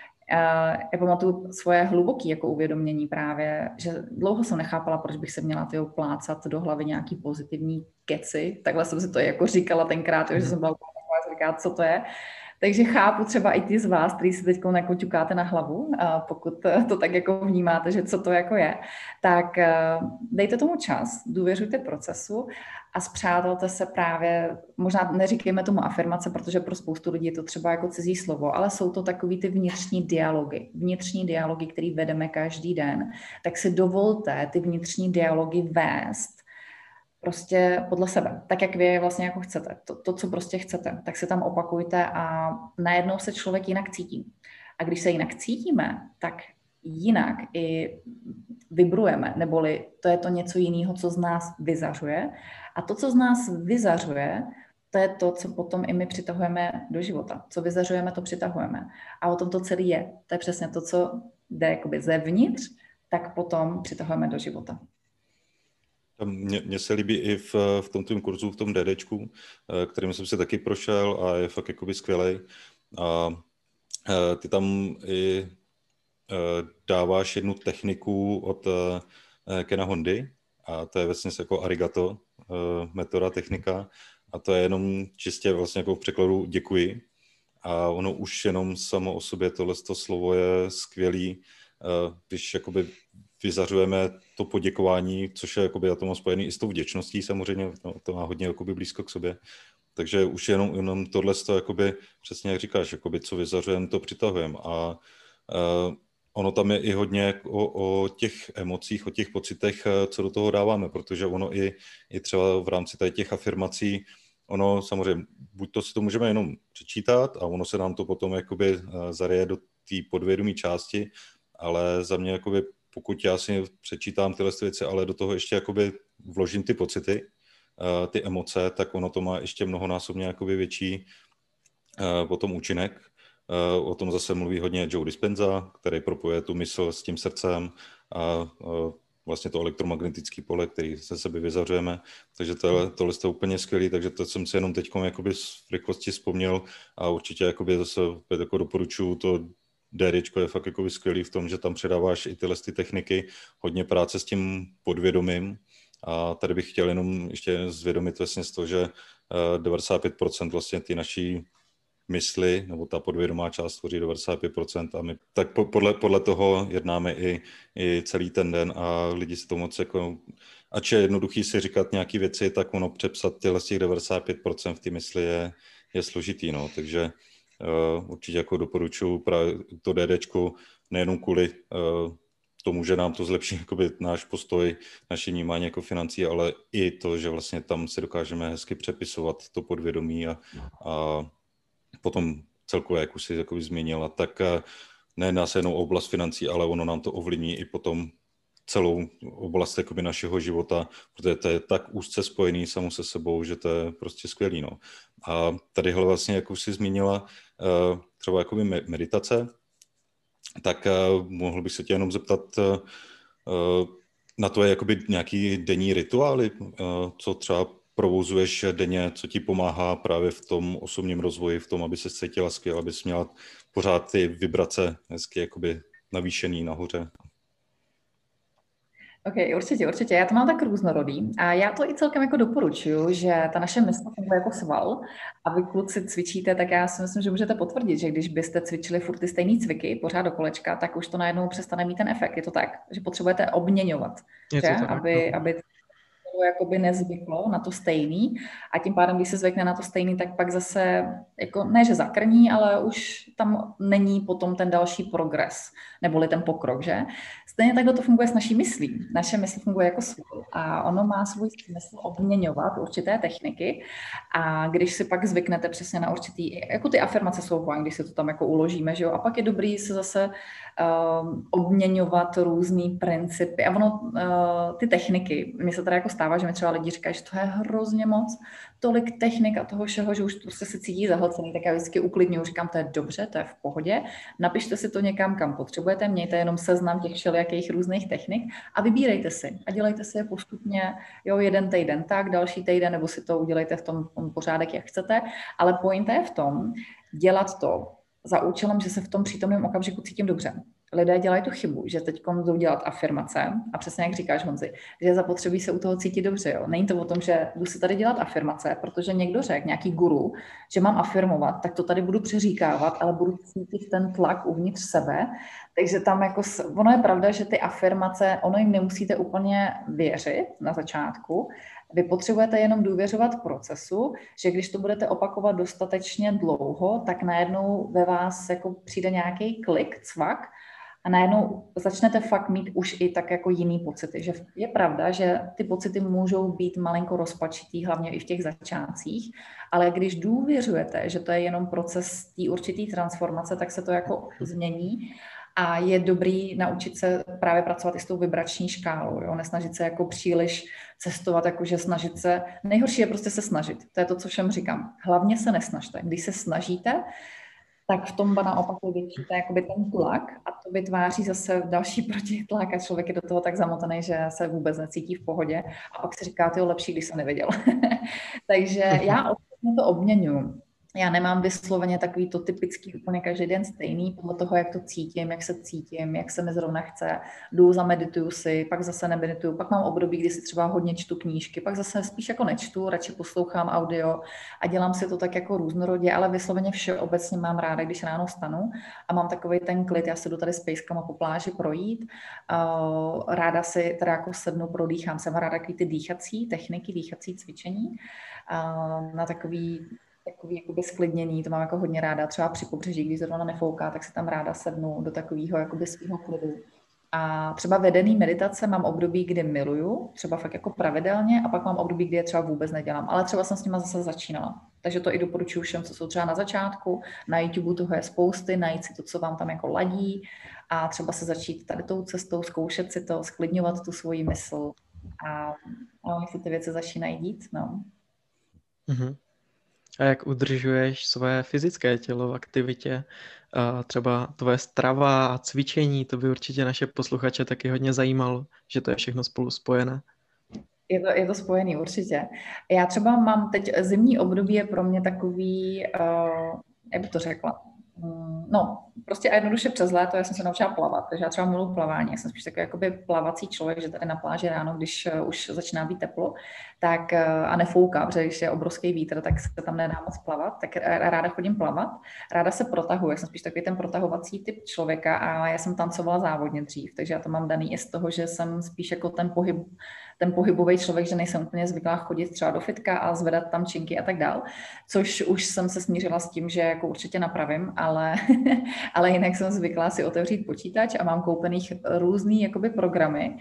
Já pamatuju svoje hluboké jako uvědomění právě, že dlouho jsem nechápala, proč bych se měla plácat do hlavy nějaký pozitivní keci. Takhle jsem si to jako říkala tenkrát, že jsem byla taková, co to je. Takže chápu třeba i ty z vás, kteří si teď jako ťukáte na hlavu, pokud to tak jako vnímáte, že co to jako je, tak dejte tomu čas, důvěřujte procesu a spřátelte se právě, možná neříkejme tomu afirmace, protože pro spoustu lidí je to třeba jako cizí slovo, ale jsou to takový ty vnitřní dialogy, které vedeme každý den, tak si dovolte ty vnitřní dialogy vést prostě podle sebe, tak jak vy vlastně jako chcete, to, co prostě chcete, tak si tam opakujte a najednou se člověk jinak cítí. A když se jinak cítíme, tak jinak i vibrujeme, neboli to je to něco jiného, co z nás vyzařuje. A to, co z nás vyzařuje, to je to, co potom i my přitahujeme do života. Co vyzařujeme, to přitahujeme. A o tom to celé je. To je přesně to, co jde jakoby zevnitř, tak potom přitahujeme do života. Mně se líbí i v tom tvým kurzu, v tom DDčku, kterým jsem si taky prošel a je fakt jakoby skvělej. A ty tam i dáváš jednu techniku od Kena Hondy a to je vlastně jako arigato metoda, technika a to je jenom čistě vlastně jako v překladu děkuji a ono už jenom samo o sobě tohle slovo je skvělý, když jakoby vyzařujeme to poděkování, což je jakoby, já to mám spojený i s tou vděčností samozřejmě, no, to má hodně jakoby blízko k sobě. Takže už jenom tohle, jakoby, přesně jak říkáš, jakoby, co vyzařujeme, to přitahujeme. A ono tam je i hodně o těch emocích, o těch pocitech, co do toho dáváme, protože ono i třeba v rámci tady těch afirmací, ono samozřejmě, buď to si to můžeme jenom přečítat a ono se nám to potom jakoby zaryje do té podvědomí části, ale za mě jakoby pokud já si přečítám tyhle věci, ale do toho ještě jakoby vložím ty pocity, ty emoce, tak ono to má ještě mnohonásobně jakoby větší potom účinek. O tom zase mluví hodně Joe Dispenza, který propojuje tu mysl s tím srdcem a vlastně to elektromagnetické pole, který se sebe vyzařujeme. Takže tohle je úplně skvělý, takže to jsem si jenom teď jakoby v rychlosti vzpomněl a určitě jakoby zase opět jako doporučuju to DDčko je fakt jakoby skvělý v tom, že tam předáváš i tyhle ty techniky, hodně práce s tím podvědomím. A tady bych chtěl jenom ještě zvědomit vlastně z toho, že 95% vlastně ty naší mysli, nebo ta podvědomá část tvoří 95% a my tak podle toho jednáme i celý ten den a lidi si to moc jako, ač je jednoduchý si říkat nějaké věci, tak ono přepsat těch 95% v té mysli je složitý, no, takže určitě jako doporučuji právě to DDčku nejenom kvůli tomu, že nám to zlepší jakoby náš postoj, naše vnímání jako financí, ale i to, že vlastně tam si dokážeme hezky přepisovat to podvědomí a potom celkově, jak už si jakoby zmínila, tak nejedná se jenom o oblast financí, ale ono nám to ovlivní i potom celou oblast jakoby našeho života, protože to je tak úzce spojený samo se sebou, že to je prostě skvělý. No. A tadyhle vlastně, jak už si zmínila, třeba jakoby meditace, tak mohl bych se tě jenom zeptat, na to je jakoby nějaký denní rituály, co třeba provozuješ denně, co ti pomáhá právě v tom osobním rozvoji, v tom, aby se cítila skvěle, aby jsi měla pořád ty vibrace hezky jakoby navýšený nahoře. Ok, určitě. Já to mám tak různorodý a já to i celkem jako doporučuju, že ta naše mysl funguje jako sval a vy kluci cvičíte, tak já si myslím, že můžete potvrdit, že když byste cvičili furt ty stejné cviky pořád do kolečka, tak už to najednou přestane mít ten efekt. Je to tak, že potřebujete obměňovat, Je že? to tak, Aby to jakoby nezvyklo na to stejný a tím pádem, když se zvykne na to stejný, tak pak zase, jako ne, že zakrní, ale už tam není potom ten další progres, neboli ten pokrok, že? Stejně takhle to funguje s naší myslí. Naše mysl funguje jako sval a ono má svůj smysl obměňovat určité techniky a když si pak zvyknete přesně na určitý, jako ty afirmace jsou fajn, když si to tam jako uložíme, že jo, a pak je dobrý se zase obměňovat různý principy a ono, ty techniky, mně se teda jako stává, že mi třeba lidi říkají, že to je hrozně moc, tolik technik a toho všeho, že už prostě se cítí zahlcený, tak já vždycky uklidňuji, říkám, to je dobře, to je v pohodě, napište si to někam, kam potřebujete, mějte jenom seznam těch všelijakých různých technik a vybírejte si a dělejte si je postupně, jo, jeden týden tak, další týden, nebo si to udělejte v tom pořádek, jak chcete, ale pointa je v tom, dělat to za účelem, že se v tom přítomném okamžiku cítím dobře. Lidé dělají tu chybu, že teď jdou dělat afirmace a přesně jak říkáš, Honzi, že je zapotřebí se u toho cítit dobře. Jo? Není to o tom, že jdu si tady dělat afirmace, protože někdo řekl, nějaký guru, že mám afirmovat, tak to tady budu přeříkávat, ale budu cítit ten tlak uvnitř sebe. Takže tam jako, ono je pravda, že ty afirmace, ono jim nemusíte úplně věřit na začátku, vy potřebujete jenom důvěřovat procesu, že když to budete opakovat dostatečně dlouho, tak najednou ve vás jako přijde nějaký klik, cvak a najednou začnete fakt mít už i tak jako jiný pocity. Že je pravda, že ty pocity můžou být malinko rozpačitý, hlavně i v těch začátcích, ale když důvěřujete, že to je jenom proces té určitý transformace, tak se to jako změní. A je dobrý naučit se právě pracovat i s tou vibrační škálou, jo? Nesnažit se jako příliš cestovat, jakože snažit se, nejhorší je prostě se snažit, to je to, co všem říkám, hlavně se nesnažte, když se snažíte, tak v tom naopak je větší jakoby ten tlak a to vytváří zase další protitlak a člověk je do toho tak zamotaný, že se vůbec necítí v pohodě a pak si říká, to je lepší, když jsem nevěděl. Takže já osobně to obměňuji. Já nemám vysloveně takový to typický úplně každý den stejný, podle toho, jak to cítím, jak se cítím, jak se mi zrovna chce. Jdu, zamedituju si, pak zase nemedituju, pak mám období, kdy si třeba hodně čtu knížky, pak zase spíš jako nečtu, radši poslouchám audio a dělám si to tak jako různorodě, ale vysloveně všeobecně mám ráda, když ráno vstanu a mám takový ten klid, já se jdu tady s pejskama po pláži projít, ráda si teda jako sednu, prodýchám, jsem ráda takový ty dýchací techniky, dýchací cvičení na takový jakoby sklidnění, to mám jako hodně ráda, třeba při pobřeží, když zrovna nefouká, tak se tam ráda sednu do takového jakoby svého klidu A třeba vedený meditace mám období, kdy miluju, třeba fakt jako pravidelně, a pak mám období, kdy je třeba vůbec nedělám. Ale třeba jsem s nima zase začínala. Takže to i doporučuji všem, co jsou třeba na začátku. Na YouTube toho je spousty, najít si to, co vám tam jako ladí a třeba se začít tady tou cestou, zkoušet si to, sklidňovat tu svoji mysl a oni si ty věci začínají dít, no. Mhm. A jak udržuješ svoje fyzické tělo v aktivitě? A třeba tvoje strava a cvičení, to by určitě naše posluchače taky hodně zajímalo, že to je všechno spolu spojené. Je to spojený, určitě. Já třeba mám teď zimní období, je pro mě takový, jak bych to řekla, no, prostě a jednoduše přes léto já jsem se naučila plavat, takže já třeba miluji plavání, já jsem spíš takový jakoby plavací člověk, že tady na pláži ráno, když už začíná být teplo, tak a nefouká, protože když je obrovský vítr, tak se tam nedá moc plavat, tak ráda chodím plavat, ráda se protahuji, já jsem spíš takový ten protahovací typ člověka a já jsem tancovala závodně dřív, takže já to mám daný i z toho, že jsem spíš jako ten pohybový člověk, že nejsem úplně zvyklá chodit třeba do fitka a zvedat tam činky a tak dál, což už jsem se smířila s tím, že jako určitě napravím, ale jinak jsem zvyklá si otevřít počítač a mám koupených různý jakoby programy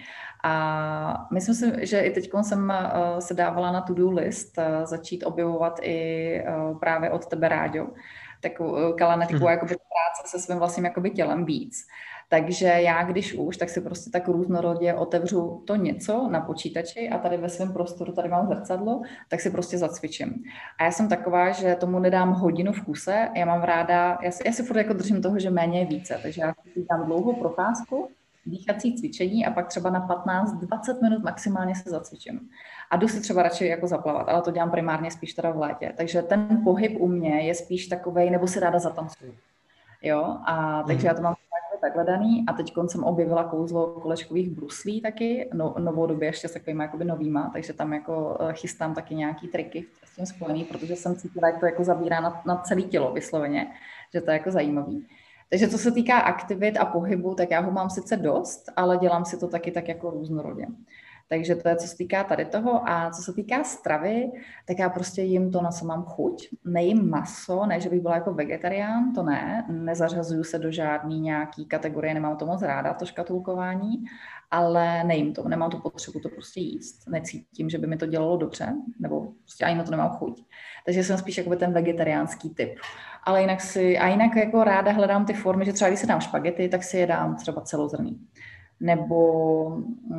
a myslím si, že i teď jsem se dávala na to-do list začít objevovat i právě od tebe, Ráďo, takovou kalanetiku jakoby práce se svým vlastním jakoby tělem víc. Takže já, když už, tak si prostě tak různorodě otevřu to něco na počítači a tady ve svém prostoru, tady mám zrcadlo, tak si prostě zacvičím. A já jsem taková, že tomu nedám hodinu v kuse, já mám ráda, já si furt jako držím toho, že méně je více, takže já si dám dlouhou procházku, dýchací cvičení a pak třeba na 15-20 minut maximálně se zacvičím. A jdu si třeba radši jako zaplavat, ale to dělám primárně spíš teda v létě. Takže ten pohyb u mě je spíš takovej, nebo si ráda zatancuju. Jo, a takže já to mám takhle daný a teď jsem objevila kouzlo kolečkových bruslí taky, novou době ještě s takovýma jakoby novýma, takže tam jako chystám taky nějaký triky s tím spojený, protože jsem cítila, jak to jako zabírá na celé tělo vysloveně, že to je jako zajímavý. Takže co se týká aktivit a pohybu, tak já ho mám sice dost, ale dělám si to taky tak jako různorodě. Takže to je, co se týká tady toho. A co se týká stravy, tak já prostě jim to, na co mám chuť. Nejím maso, ne, že bych byla jako vegetarián, to ne. Nezařazuju se do žádný nějaký kategorie, nemám to moc ráda, to škatulkování, ale nejím to, nemám tu potřebu to prostě jíst. Necítím, že by mi to dělalo dobře, nebo prostě ani na to nemám chuť. Takže jsem spíš jakoby ten vegetariánský typ. Ale jinak jako ráda hledám ty formy, že třeba když si dám špagety, tak si je dám třeba celozrnný. Nebo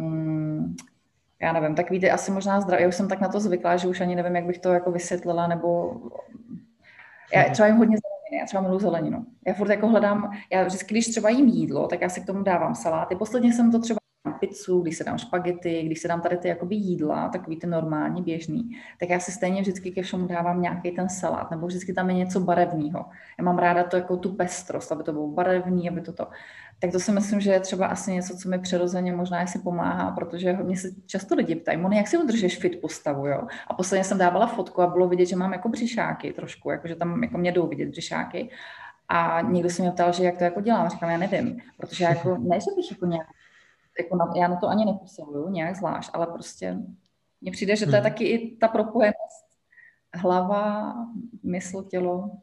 já nevím, tak víte, asi možná zdravě. Já už jsem tak na to zvyklá, že už ani nevím, jak bych to jako vysvětlila, nebo já třeba jim hodně zeleniny, já třeba miluji zeleninu. Já furt jako hledám, já vždycky, když třeba jím jídlo, tak já si k tomu dávám saláty. Posledně jsem to třeba dám pizzu, když se dám špagety, když se dám tady ty jakoby jídla, takový ty normální, běžný, tak já si stejně vždycky ke všemu dávám nějaký ten salát, nebo vždycky tam je něco barevného. Já mám ráda to jako tu pestrost, aby to bylo barevný, aby to. Tak to si myslím, že je třeba asi něco, co mi přirozeně možná asi pomáhá, protože mě se často lidi ptají, Moni, jak si udržíš fit postavu, jo? A posledně jsem dávala fotku a bylo vidět, že mám jako břišáky trošku, jakože tam jako mě jdou vidět břišáky. A někdo se mě ptal, že jak to jako dělám. Říkám, já nevím, protože jako, ne, že bych jako nějak, já na to ani neposiluju nějak zvlášť, ale prostě mně přijde, že to je taky i ta propojenost hlava, mysl, tělo.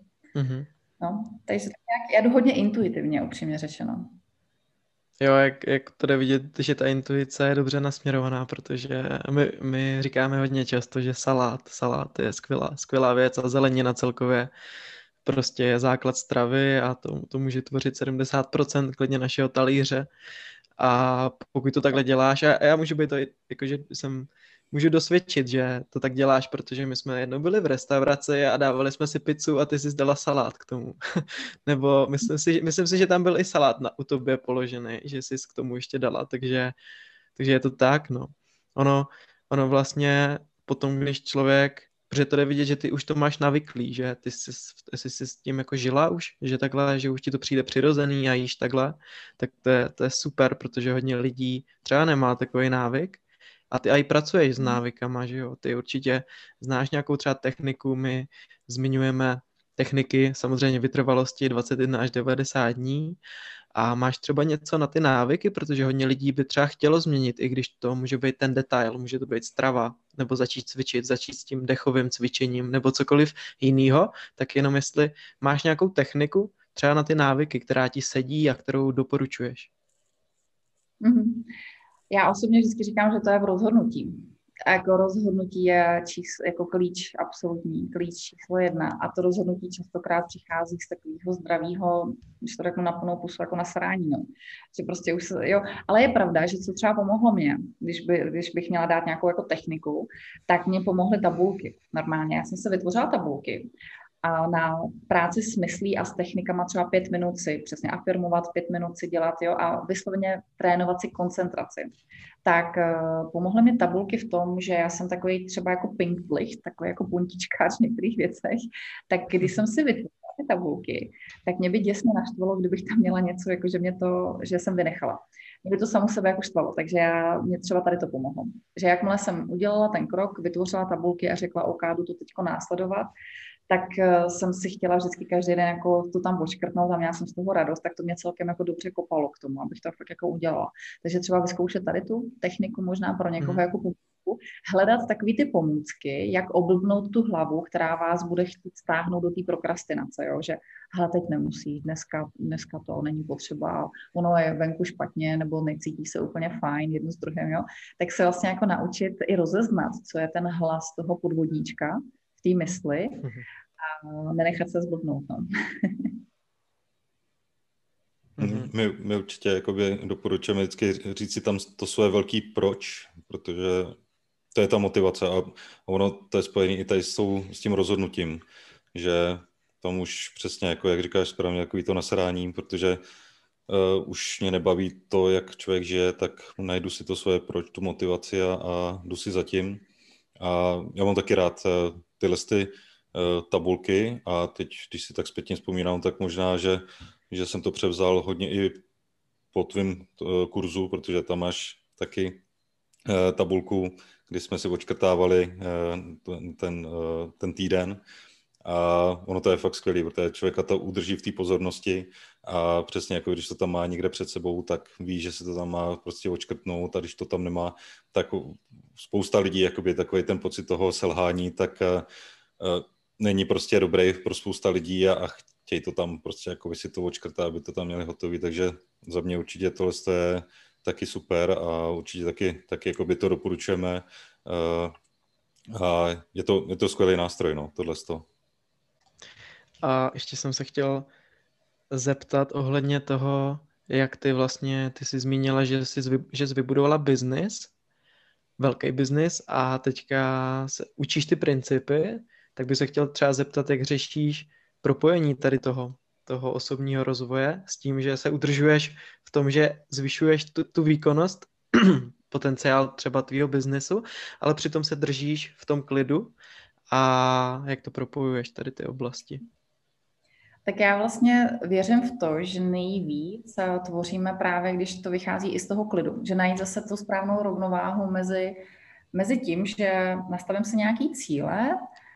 No, takže já jdu hodně intuitivně, upřímně řečeno. Jo, jak to jde vidět, že ta intuice je dobře nasměrovaná, protože my říkáme hodně často, že salát je skvělá věc a zelenina celkově prostě je základ stravy a to může tvořit 70% klidně našeho talíře. A pokud to takhle děláš, a já můžu být to, jakože můžu dosvědčit, že to tak děláš, protože my jsme jednou byli v restauraci a dávali jsme si pizzu a ty jsi dala salát k tomu. Nebo myslím si, že tam byl i salát u tobě položený, že jsi k tomu ještě dala, takže je to tak, no. Ono vlastně potom, když člověk, protože to jde vidět, že ty už to máš navyklý, že ty jsi s tím jako žila už, že takhle, že už ti to přijde přirozený a jíš takhle, tak to je super, protože hodně lidí třeba nemá takový návyk. A ty i pracuješ s návykama, že jo? Ty určitě znáš nějakou třeba techniku, my zmiňujeme techniky samozřejmě vytrvalosti 21 až 90 dní a máš třeba něco na ty návyky, protože hodně lidí by třeba chtělo změnit, i když to může být ten detail, může to být strava, nebo začít cvičit, začít s tím dechovým cvičením, nebo cokoliv jiného, tak jenom jestli máš nějakou techniku třeba na ty návyky, která ti sedí a kterou doporučuješ. Mhm. Já osobně vždycky říkám, že to je v rozhodnutí. A jako rozhodnutí je jako klíč, absolutní klíč číslo 1. A to rozhodnutí častokrát přichází z takového zdravého, když to řeknu na plnou pusu, jako nasrání. No. Že prostě už jo. Ale je pravda, že co třeba pomohlo mě, když bych měla dát nějakou jako techniku, tak mě pomohly tabulky. Normálně. Já jsem se vytvořila tabulky a na práci s myslí a s technikama třeba 5 minut si přesně afirmovat, 5 minut si dělat, jo, a vysloveně trénovat si koncentraci. Tak pomohly mi tabulky v tom, že já jsem takový třeba jako pinktlicht, takový jako puntičkář v některých věcech, tak když jsem si vytvořila ty tabulky, tak mě by děsně naštvalo, kdybych tam měla něco, jako že jsem vynechala. Mě by to samo sebe jako štvalo, takže mě třeba tady to pomohlo. Že jakmile jsem udělala ten krok, vytvořila tabulky a řekla, OK, jdu to teďko následovat, tak jsem si chtěla vždycky každý den jako to tam odškrtnout a měla jsem z toho radost, tak to mě celkem jako dobře kopalo k tomu, abych to fakt jako udělala. Takže třeba vyzkoušet tady tu techniku možná pro někoho jako pomůcku, hledat takový ty pomůcky, jak oblbnout tu hlavu, která vás bude chtít stáhnout do té prokrastinace, jo? Že hele, teď nemusí, dneska to není potřeba, ono je venku špatně, nebo necítí se úplně fajn jedno s druhým, jo? Tak se vlastně jako naučit i rozeznat, co je ten hlas toho podvodníčka v té mysli a nenechat se zblbnout. No. My určitě jakoby doporučujeme vždycky říct si tam to svoje velký proč, protože to je ta motivace a ono to je spojené i tady s tím rozhodnutím, že tam už přesně, jako jak říkáš správně, takový to nasrání, protože už mě nebaví to, jak člověk žije, tak najdu si to svoje proč, tu motivaci a jdu si za tím. A já mám taky rád tyhle tabulky a teď, když si tak zpětně vzpomínám, tak možná, že jsem to převzal hodně i po tvým kurzu, protože tam máš taky tabulku, kdy jsme si odškrtávali ten týden a ono to je fakt skvělý, protože člověka to udrží v té pozornosti a přesně jako když to tam má někde před sebou, tak ví, že se to tam má prostě odškrtnout a když to tam nemá, tak spousta lidí, jakoby takový ten pocit toho selhání, tak není prostě dobrý pro spousta lidí a chtějí to tam prostě jako si to odškrtat, aby to tam měli hotový, takže za mě určitě tohle je taky super a určitě taky jakoby to doporučujeme a je to skvělý nástroj, no, tohle. A ještě jsem se chtěl zeptat ohledně toho, jak ty jsi zmínila, že jsi vybudovala biznis, velký biznis a teďka se učíš ty principy, tak bych se chtěl třeba zeptat, jak řešíš propojení tady toho osobního rozvoje s tím, že se udržuješ v tom, že zvyšuješ tu výkonnost, potenciál třeba tvýho biznesu, ale přitom se držíš v tom klidu a jak to propojuješ tady ty oblasti? Tak já vlastně věřím v to, že nejvíc tvoříme právě, když to vychází i z toho klidu. Že najít zase tu správnou rovnováhu mezi tím, že nastavím si nějaký cíle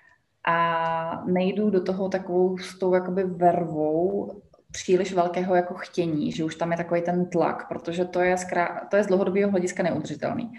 a nejdu do toho takovou s tou jakoby vervou příliš velkého jako chtění, že už tam je takový ten tlak, protože to je z dlouhodobého hlediska neudržitelný.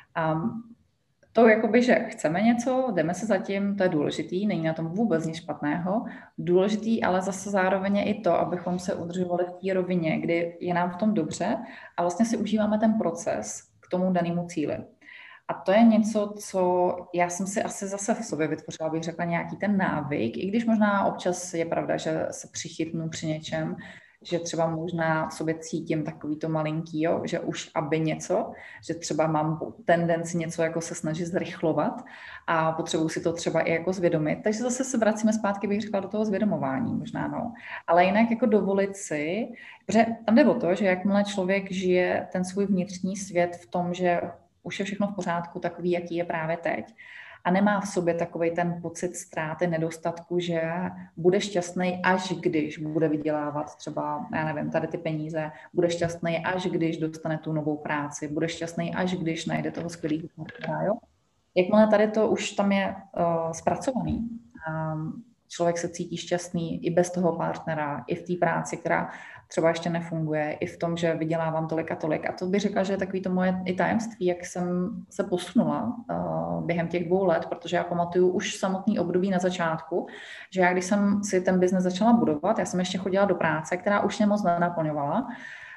To jakoby, že chceme něco, jdeme se za tím, to je důležitý, není na tom vůbec nic špatného. Důležitý, ale zase zároveň je i to, abychom se udržovali v té rovině, kdy je nám v tom dobře a vlastně si užíváme ten proces k tomu danému cíli. A to je něco, co já jsem si asi zase v sobě vytvořila, bych řekla, nějaký ten návyk, i když možná občas je pravda, že se přichytnu při něčem, že třeba možná v sobě cítím takový to malinký, jo, že už aby něco, že třeba mám tendenci něco jako se snažit zrychlovat a potřebuji si to třeba i jako zvědomit. Takže zase se vracíme zpátky, bych řekla, do toho zvědomování možná, no. Ale jinak jako dovolit si, protože tam jde o to, že jakmile člověk žije ten svůj vnitřní svět v tom, že už je všechno v pořádku, takový, jaký je právě teď, a nemá v sobě takovej ten pocit ztráty, nedostatku, že bude šťastný, až když bude vydělávat třeba, já nevím, tady ty peníze, bude šťastný, až když dostane tu novou práci, bude šťastný, až když najde toho skvělého partnera, jo? Jakmile tady to už tam je zpracovaný, člověk se cítí šťastný i bez toho partnera, i v té práci, která třeba ještě nefunguje, i v tom, že vydělávám tolik a tolik. A to bych řekla, že je takový to moje i tajemství, jak jsem se posunula během těch 2 let, protože já pamatuju už samotný období na začátku, že já, když jsem si ten biznes začala budovat, já jsem ještě chodila do práce, která už mě moc nenaplňovala,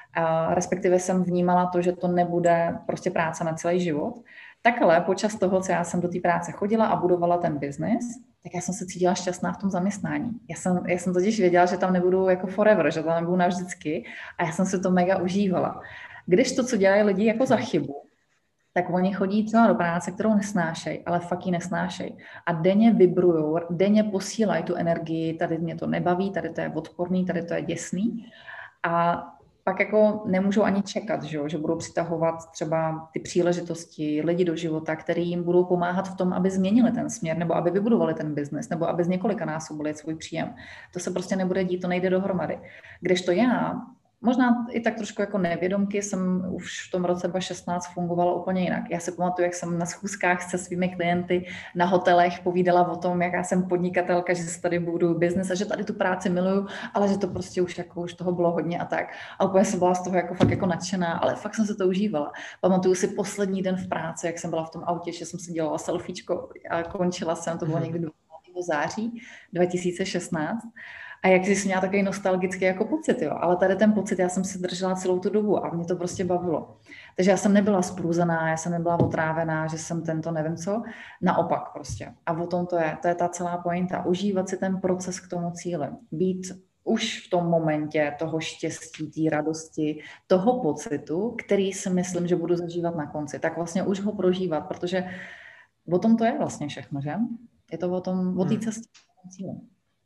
A respektive jsem vnímala to, že to nebude prostě práce na celý život. Tak ale počas toho, co já jsem do té práce chodila a budovala ten biznis, tak já jsem se cítila šťastná v tom zaměstnání. Já jsem totiž věděla, že tam nebudu jako forever, že tam nebudu navždycky a já jsem si to mega užívala. Když to, co dělají lidi jako za chybu, tak oni chodí třeba do práce, kterou nesnášejí, ale fakt ji nesnášejí. A denně vibrujou, denně posílají tu energii, tady mě to nebaví, tady to je odporný, tady to je děsný. A pak jako nemůžou ani čekat, že budou přitahovat třeba ty příležitosti, lidi do života, který jim budou pomáhat v tom, aby změnili ten směr, nebo aby vybudovali ten biznes, nebo aby z několika násobili svůj příjem. To se prostě nebude dít, to nejde dohromady. Kdežto já, možná i tak trošku jako nevědomky, jsem už v tom roce 2016 fungovala úplně jinak. Já si pamatuju, jak jsem na schůzkách se svými klienty na hotelech povídala o tom, jaká jsem podnikatelka, že se tady budu biznes a že tady tu práci miluju, ale že to prostě už toho bylo hodně a tak. A úplně jsem byla z toho jako fakt jako nadšená, ale fakt jsem se to užívala. Pamatuju si poslední den v práci, jak jsem byla v tom autě, že jsem si dělala selfiečko a končila jsem, to bylo někdy 20. září 2016. A jak jsi měla takový nostalgický jako pocit, jo. Ale tady ten pocit já jsem si držela celou tu dobu a mě to prostě bavilo. Takže já jsem nebyla sprůzaná, já jsem nebyla otrávená, že jsem tento nevím co. Naopak prostě. A o tom to je ta celá pointa. Užívat si ten proces k tomu cíli. Být už v tom momentě toho štěstí, té radosti, toho pocitu, který si myslím, že budu zažívat na konci. Tak vlastně už ho prožívat, protože o tom to je vlastně všechno, že? Je to o tom, o té cestě k cíli.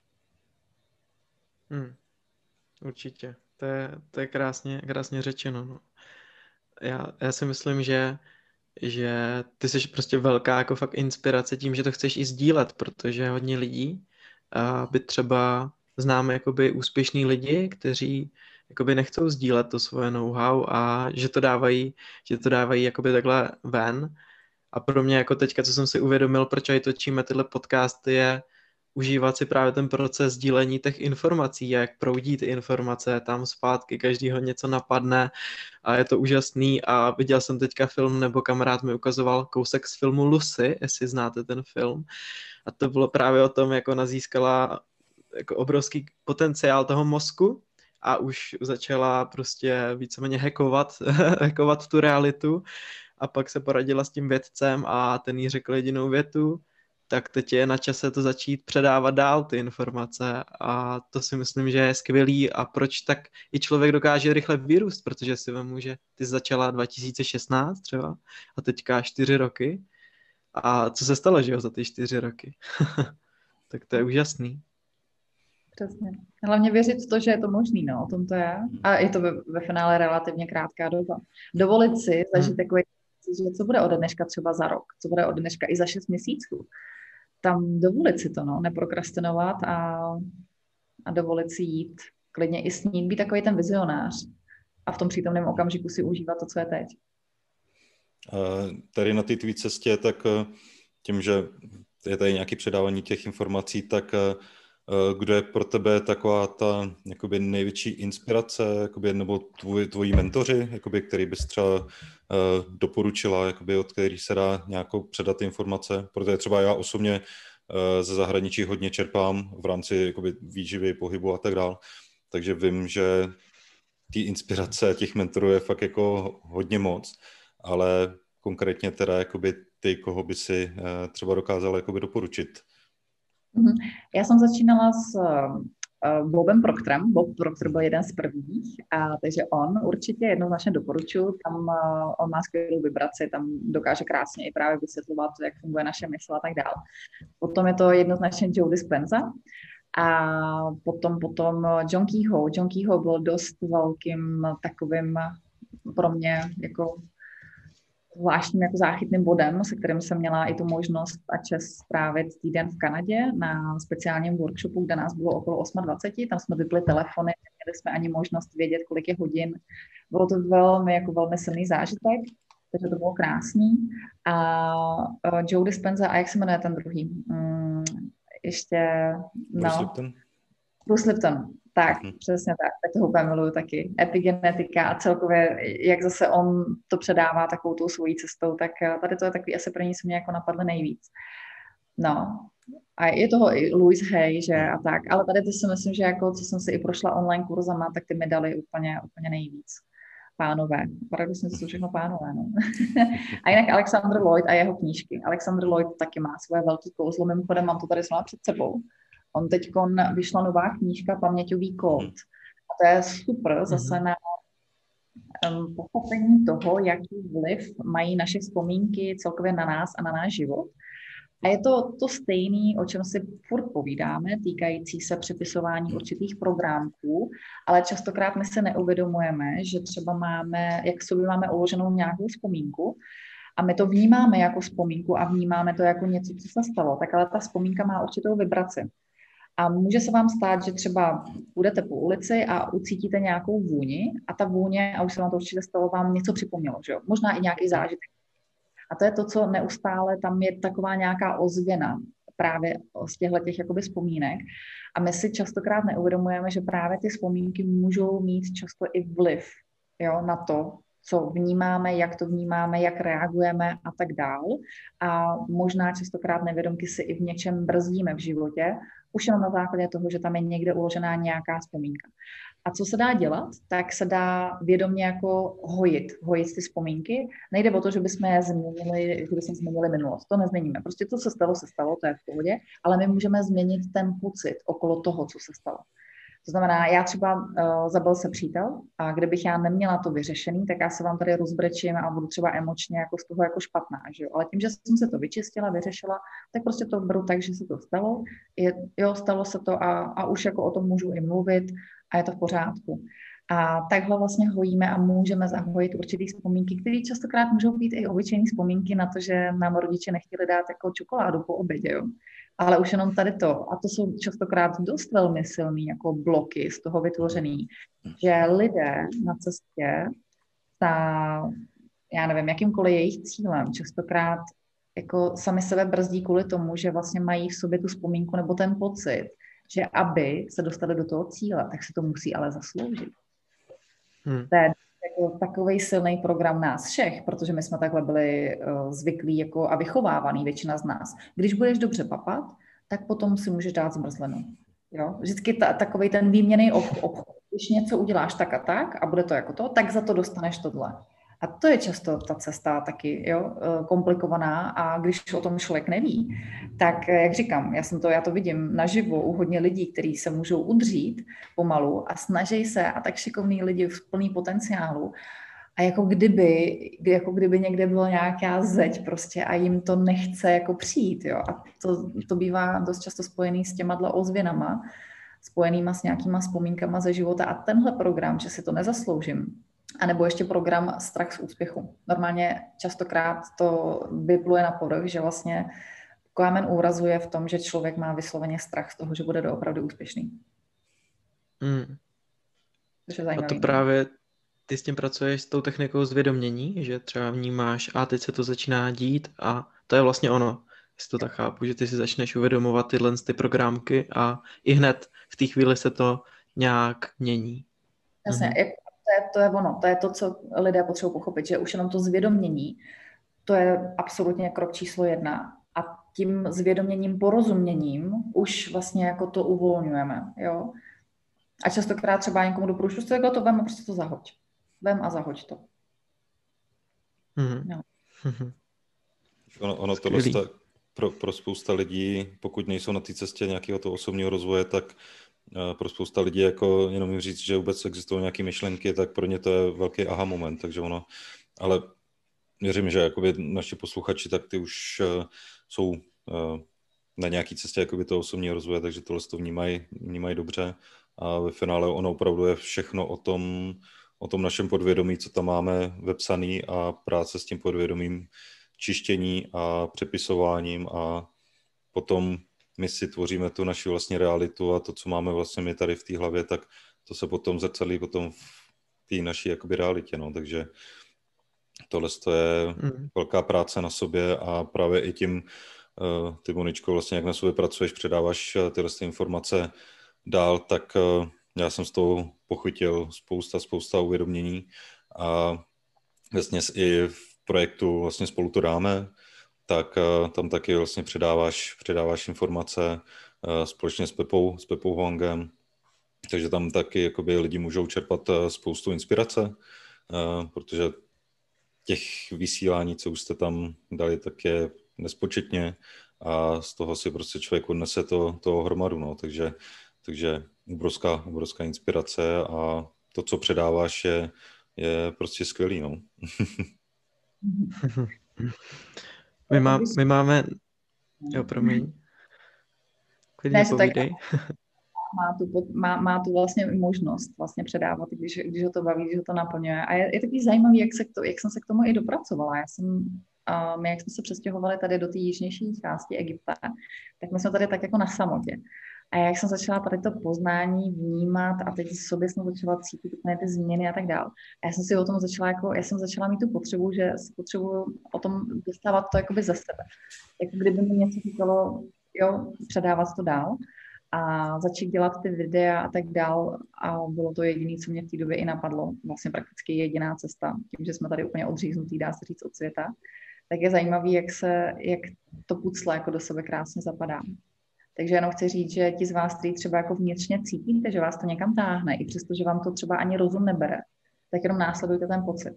Určitě. To je krásně řečeno. No. Já si myslím, že ty jsi prostě velká jako fakt inspirace tím, že to chceš i sdílet, protože hodně lidí by třeba známe jakoby úspěšný lidi, kteří jakoby nechcou sdílet to svoje know-how a že to dávají jakoby takhle ven. A pro mě jako teďka, co jsem si uvědomil, proč aj točíme tyhle podcasty, je užívat si právě ten proces sdílení těch informací, jak proudí ty informace tam zpátky, každýho něco napadne a je to úžasný a viděl jsem teďka film, nebo kamarád mi ukazoval kousek z filmu Lucy, jestli znáte ten film a to bylo právě o tom, jak ona získala jako obrovský potenciál toho mozku a už začala prostě víceméně hackovat tu realitu a pak se poradila s tím vědcem a ten jí řekl jedinou větu, tak teď je na čase to začít předávat dál ty informace a to si myslím, že je skvělý a proč tak i člověk dokáže rychle vyrůst, protože si vemu, že ty začala 2016 třeba a teďka 4 roky a co se stalo, že jo, za ty 4 roky? Tak to je úžasný. Přesně. Hlavně věřit v to, že je to možný, no, o tom to je. A je to ve finále relativně krátká doba. Dovolit si zažít takový, že co bude ode dneška třeba za rok, co bude ode dneška i za 6 měsíců. Tam dovolit si to, no, neprokrastinovat a dovolit si jít, klidně i snít, být takový ten vizionář a v tom přítomném okamžiku si užívat to, co je teď. Tady na té tvý cestě, tak tím, že je tady nějaké předávání těch informací, tak kdo je pro tebe taková ta jakoby největší inspirace, jakoby, nebo tvoji mentoři, jakoby, který bys třeba doporučila, jakoby, od kterých se dá nějakou předat informace, protože třeba já osobně ze zahraničí hodně čerpám v rámci jakoby, výživy, pohybu a tak dále, takže vím, že ty inspirace těch mentorů je fakt jako hodně moc, ale konkrétně teda jakoby, ty, koho by si třeba dokázala jakoby, doporučit. Já jsem začínala s Bobem Proctorem. Bob Proctor byl jeden z prvních, takže on určitě jednoznačně doporučuji. Tam on má skvělou vibraci, tam dokáže krásně i právě vysvětlovat, jak funguje naše mysl a tak dále. Potom je to jednoznačně Joe Dispenza a potom John Kehoe. John Kehoe byl dost velkým takovým pro mě jako zvláštním jako záchytným bodem, se kterým jsem měla i tu možnost a čest strávit týden v Kanadě na speciálním workshopu, kde nás bylo okolo 28, tam jsme vypli telefony, neměli jsme ani možnost vědět, kolik je hodin. Bylo to velmi silný zážitek, takže to bylo krásný. A Joe Dispenza, a jak se jmenuje ten druhý? Bruce Lipton. Tak, přesně tak toho úplně miluju taky. Epigenetika a celkově, jak zase on to předává takovou tou svojí cestou, tak tady to je takový asi pro ní, co mě jako napadlo nejvíc. No, a je toho i Louise Hay, že a tak, ale tady to si myslím, že jako, co jsem si i prošla online kurzama, tak ty mi dali úplně nejvíc. pánové. Paradoxně to jsou všechno pánové. No. A jinak Alexander Lloyd a jeho knížky. Alexander Lloyd taky má svoje velký kouzlo, mimochodem mám to tady s před sebou. On teďkon vyšla nová knížka Paměťový kód. A to je super zase na pochopení toho, jaký vliv mají naše vzpomínky celkově na nás a na náš život. A je to stejné, o čem si furt povídáme, týkající se přepisování určitých programků, ale častokrát my se neuvědomujeme, že třeba jak v sobě máme uloženou nějakou vzpomínku a my to vnímáme jako vzpomínku a vnímáme to jako něco, co se stalo, tak ale ta vzpomínka má určitou vibraci. A může se vám stát, že třeba půjdete po ulici a ucítíte nějakou vůni a ta vůně, a už se vám to určitě stalo, vám něco připomnělo, že jo? Možná i nějaký zážitek. A to je to, co neustále, tam je taková nějaká ozvěna právě z těch jakoby vzpomínek. A my si častokrát neuvědomujeme, že právě ty vzpomínky můžou mít často i vliv, jo, na to, co vnímáme, jak reagujeme a tak dál. A možná častokrát nevědomky si i v něčem brzdíme v životě, už jenom na základě toho, že tam je někde uložená nějaká vzpomínka. A co se dá dělat, tak se dá vědomě jako hojit ty vzpomínky. Nejde o to, že bychom změnili minulost. To nezměníme. Prostě to, co se stalo, to je v pohodě, ale my můžeme změnit ten pocit okolo toho, co se stalo. To znamená, já třeba zabil se přítel a kdybych já neměla to vyřešený, tak já se vám tady rozbrečím a budu třeba emočně jako z toho jako špatná, že jo? Ale tím, že jsem se to vyčistila, vyřešila, tak prostě to beru tak, že se to stalo. Stalo se to a už jako o tom můžu i mluvit a je to v pořádku. A takhle vlastně hojíme a můžeme zahojit určitý vzpomínky, které častokrát můžou být i obyčejné vzpomínky na to, že nám rodiče nechtěli dát jako čokoládu po obědě, jo. Ale už jenom tady to, a to jsou častokrát dost velmi silný jako bloky z toho vytvořený, že lidé na cestě já nevím, jakýmkoliv jejich cílem, častokrát jako sami sebe brzdí kvůli tomu, že vlastně mají v sobě tu vzpomínku nebo ten pocit, že aby se dostali do toho cíle, tak se to musí ale zasloužit. To je jako takovej silný program nás všech, protože my jsme takhle byli zvyklí jako a vychovávaný, většina z nás. Když budeš dobře papat, tak potom si můžeš dát zmrzlinu. Jo? Vždycky takovej ten výměnný obchod. Když něco uděláš tak a tak a bude to jako to, tak za to dostaneš tohle. A to je často ta cesta taky komplikovaná a když o tom člověk neví, tak jak říkám, já to vidím naživo u hodně lidí, kteří se můžou udřít pomalu a snaží se a tak šikovní lidi v plný potenciálu a jako kdyby někde byla nějaká zeď prostě a jim to nechce jako přijít. Jo? A to bývá dost často spojený s těma ozvěnama, spojenýma s nějakýma vzpomínkama ze života a tenhle program, že si to nezasloužím, a nebo ještě program strach z úspěchu. Normálně častokrát to vypluje na povrch, že vlastně kámen úrazu je v tom, že člověk má vysloveně strach z toho, že bude doopravdy úspěšný. A to právě ty s tím pracuješ s tou technikou zvědomění, že třeba vnímáš a teď se to začíná dít a to je vlastně ono. Jestli to tak chápu, že ty si začneš uvědomovat tyhle ty programky a i hned v té chvíli se to nějak mění. Jasně, to je ono, to je to, co lidé potřebují pochopit, že už jenom to zvědomění, to je absolutně krok číslo 1 a tím zvědoměním, porozuměním už vlastně jako to uvolňujeme, jo. A častokrát třeba někomu doporučuji, prostě jako to vem a prostě to zahoď. Vem a zahoď to. Jo. Ono to pro spousta lidí, pokud nejsou na té cestě nějakého toho osobního rozvoje, tak pro spousta lidí jako jenom jim říct, že vůbec existují nějaké myšlenky, tak pro ně to je velký aha moment, takže ono, ale věřím, že jakoby naši posluchači, tak ty už jsou na nějaké cestě jakoby toho osobního rozvoje, takže tohle to vnímají dobře a ve finále ono opravdu je všechno o tom našem podvědomí, co tam máme vepsaný a práce s tím podvědomím, čištění a přepisováním a potom my si tvoříme tu naši vlastně realitu a to, co máme vlastně my tady v té hlavě, tak to se potom zrcadlí potom v té naší jakoby realitě, no, takže tohle je velká práce na sobě a právě i tím, ty Moničko, vlastně jak na sobě pracuješ, předáváš tyhle informace dál, tak já jsem z toho pochytil spousta uvědomění a vlastně i v projektu vlastně Spolu to dáme, tak tam taky vlastně předáváš informace společně s Pepou Huangem, takže tam taky jakoby lidi můžou čerpat spoustu inspirace protože těch vysílání, co už jste tam dali, tak je nespočetně a z toho si prostě člověk odnese to hromadu, no, takže obrovská inspirace a to, co předáváš, je prostě skvělý, no. My máme... Jo, promiň. Klidně povídej. Má tu vlastně možnost vlastně předávat, když ho to baví, když ho to naplňuje. A je takový zajímavý, jak jsem se k tomu i dopracovala. My, jak jsme se přestěhovali tady do té jižnější části Egypta, tak my jsme tady tak jako na samotě. A jak jsem začala tady to poznání vnímat a teď v sobě jsem začala cítit úplně ty změny a tak dál. A já jsem si o tom já jsem začala mít tu potřebu, že si potřebuju o tom dostávat to jakoby ze sebe. Jako kdyby mi něco říkalo, jo, předávat to dál a začít dělat ty videa a tak dál. A bylo to jediné, co mě v té době i napadlo. Vlastně prakticky jediná cesta, tím, že jsme tady úplně odříznutý, dá se říct, od světa. Tak je zajímavý, jak to pucle jako do sebe krásně zapadá. Takže jenom chci říct, že ti z vás, kteří třeba jako vnitřně cítíte, že vás to někam táhne, i přesto, že vám to třeba ani rozum nebere, tak jenom následujte ten pocit.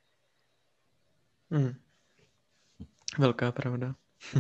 Velká pravda.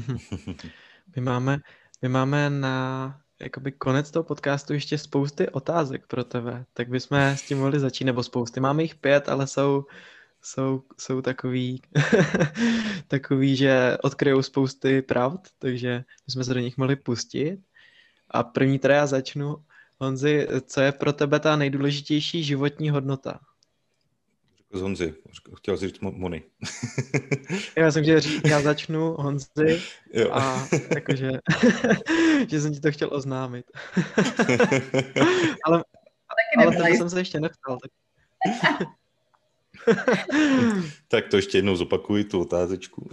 My máme na jakoby konec toho podcastu ještě spousty otázek pro tebe, tak bychom s tím mohli začít, nebo spousty. Máme jich 5, ale jsou takový, že odkryjou spousty pravd, takže bychom se do nich mohli pustit. A první teda já začnu. Honzi, co je pro tebe ta nejdůležitější životní hodnota? Z Honzi, chtěl jsi říct Moni. Já jsem chtěl říct, já začnu Honzi a jakože, že jsem ti to chtěl oznámit. ale to jsem se ještě neptal. Tak to ještě jednou zopakuj, tu otázečku.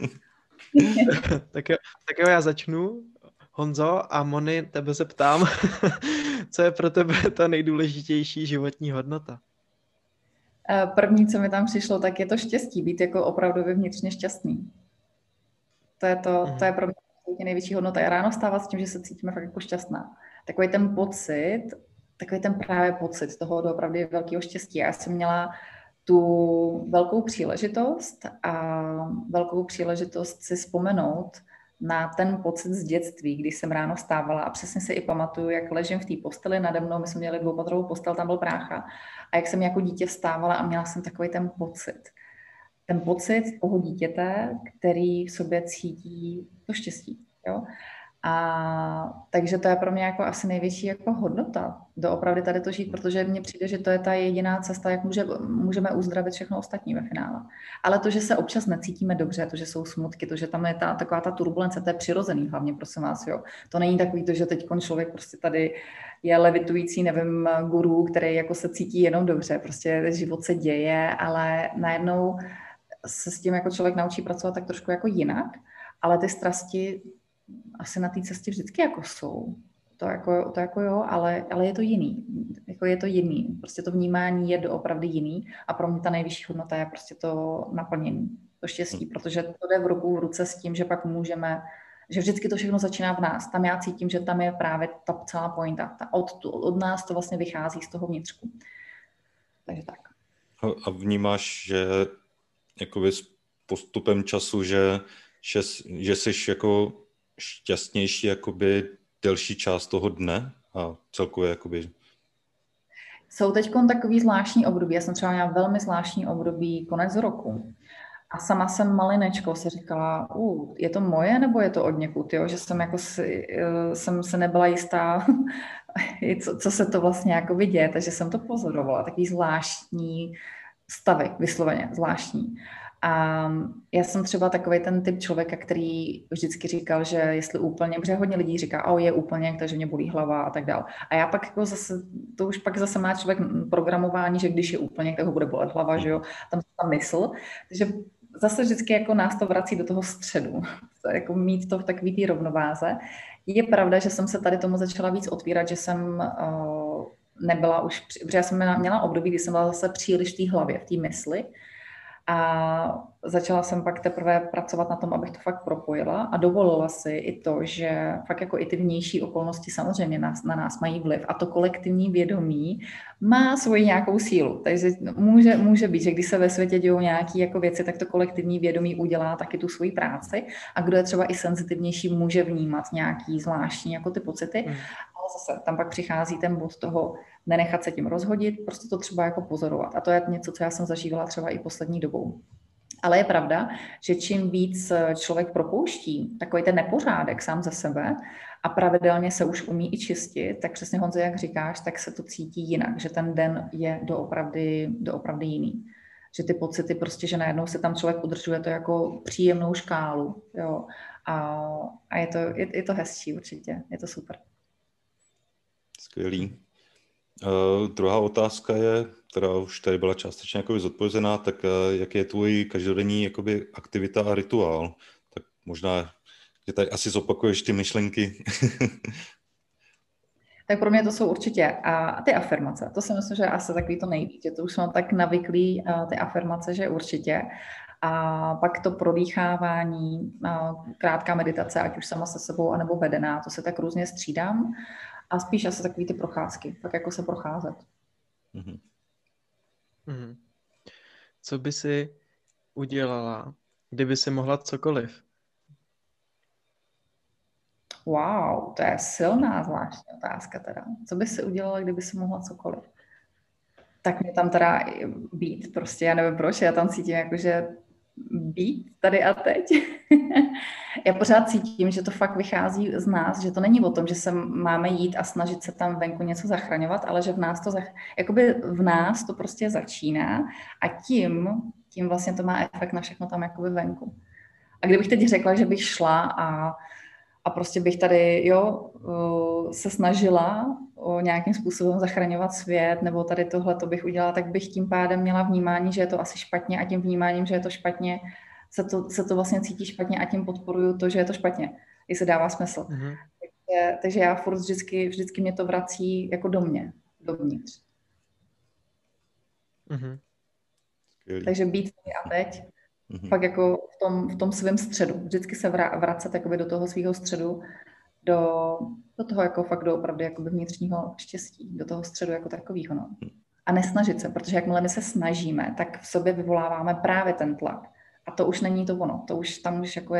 tak jo, já začnu. Honzo, a Moni, tebe se ptám, co je pro tebe ta nejdůležitější životní hodnota? První, co mi tam přišlo, tak je to štěstí, být jako opravdu vnitřně šťastný. To je pro mě největší hodnota. Já ráno stávat s tím, že se cítíme fakt jako šťastná. Takový ten právě pocit toho opravdu velkého štěstí. Já jsem měla tu velkou příležitost si vzpomenout na ten pocit z dětství, když jsem ráno stávala a přesně si i pamatuju, jak ležím v té posteli nade mnou, my jsme měli dvoupatrovou postel, tam byl brácha a jak jsem jako dítě vstávala a měla jsem takový ten pocit toho dítěte, který v sobě cítí to štěstí, jo. A takže to je pro mě jako asi největší jako hodnota doopravdy tady to žít, protože mně přijde, že to je ta jediná cesta, jak můžeme uzdravit všechno ostatní ve finále. Ale to, že se občas necítíme dobře, to, že jsou smutky, to, že tam je taková ta turbulence, to je přirozený hlavně, prosím vás, jo. To není takový to, že teď člověk prostě tady je levitující, nevím, guru, který jako se cítí jenom dobře, prostě život se děje, ale najednou se s tím jako člověk naučí pracovat tak trošku jako jinak, ale ty strasti asi na té cestě vždycky jako jsou. To jako jo, ale je to jiný. Jako je to jiný. Prostě to vnímání je doopravdy jiný a pro mě ta nejvyšší hodnota je prostě to naplnění, to štěstí, protože to jde v ruku v ruce s tím, že pak můžeme, že vždycky to všechno začíná v nás. Tam já cítím, že tam je právě ta celá pointa. Od nás to vlastně vychází z toho vnitřku. Takže tak. A vnímáš, že jakoby s postupem času, že jsi jako šťastnější jakoby delší část toho dne a celkově jakoby... Jsou teď takový zvláštní období. Já jsem třeba měla velmi zvláštní období konec roku. A sama jsem malinečko se říkala, je to moje nebo je to od někud, jo? Že jsem jako jsem se nebyla jistá, co se to vlastně jako děje, takže jsem to pozorovala. Takový zvláštní stavy, vysloveně zvláštní. A já jsem třeba takový ten typ člověka, který vždycky říkal, že jestli úplně, protože hodně lidí říká, je úplně, takže mě bolí hlava a tak dál. A já pak jako zase, to už pak zase má člověk programování, že když je úplně, tak ho bude bolet hlava, že jo, tam ta mysl. Takže zase vždycky jako nás to vrací do toho středu, jako mít to v takový té rovnováze. Je pravda, že jsem se tady tomu začala víc otvírat, že jsem nebyla už, protože já jsem měla období, kdy jsem byla zase příliš v té hlavě, v té mysli. A začala jsem pak teprve pracovat na tom, abych to fakt propojila a dovolila si i to, že fakt jako i ty vnější okolnosti samozřejmě na nás mají vliv a to kolektivní vědomí má svoji nějakou sílu. Takže může být, že když se ve světě dějou nějaké jako věci, tak to kolektivní vědomí udělá taky tu svoji práci a kdo je třeba i senzitivnější, může vnímat nějaký zvláštní jako ty pocity. Ale zase tam pak přichází ten bod toho nenechat se tím rozhodit, prostě to třeba jako pozorovat. A to je něco, co já jsem zažívala třeba i poslední dobou. Ale je pravda, že čím víc člověk propouští takový ten nepořádek sám za sebe a pravidelně se už umí i čistit, tak přesně Honzo, jak říkáš, tak se to cítí jinak, že ten den je doopravdy jiný. Že ty pocity prostě, že najednou se tam člověk udržuje to jako příjemnou škálu. Jo? A je to hezčí určitě, je to super. Skvělý. Druhá otázka je, která už tady byla částečně jakoby zodpovězená, tak jaký je tvůj každodenní jakoby aktivita a rituál? Tak možná, že tady asi zopakuješ ty myšlenky. Tak pro mě to jsou určitě ty afirmace. To si myslím, že je asi takový to nejvíc, že to už jsme tak navyklí, ty afirmace, že určitě. A pak to prodýchávání, krátká meditace, ať už sama se sebou, anebo vedená, to se tak různě střídám. A spíš asi takový ty procházky, tak jako se procházet. Mm-hmm. Co by si udělala, kdyby si mohla cokoliv? Wow, to je silná zvláštní otázka teda. Co by si udělala, kdyby si mohla cokoliv? Tak mě tam teda být, prostě já nevím proč, já tam cítím jakože být tady a teď. Já pořád cítím, že to fakt vychází z nás, že to není o tom, že se máme jít a snažit se tam venku něco zachraňovat, ale že v nás to prostě začíná a tím vlastně to má efekt na všechno tam jakoby venku. A kdybych teď řekla, že bych šla a prostě bych tady se snažila nějakým způsobem zachraňovat svět, nebo tady tohle to bych udělala, tak bych tím pádem měla vnímání, že je to asi špatně a tím vnímáním, že je to špatně, se to vlastně cítí špatně a tím podporuju to, že je to špatně, jestli dává smysl. Mm-hmm. Takže já furt vždycky mě to vrací jako do mě, dovnitř. Mm-hmm. Takže být tady a teď, pak jako v tom svém středu. Vždycky se vracet jakoby do toho svého středu, do toho jako fakt do opravdu jakoby vnitřního štěstí, do toho středu jako takového. No. A nesnažit se, protože jakmile my se snažíme, tak v sobě vyvoláváme právě ten tlak. A to už není to ono. To už tam už jako je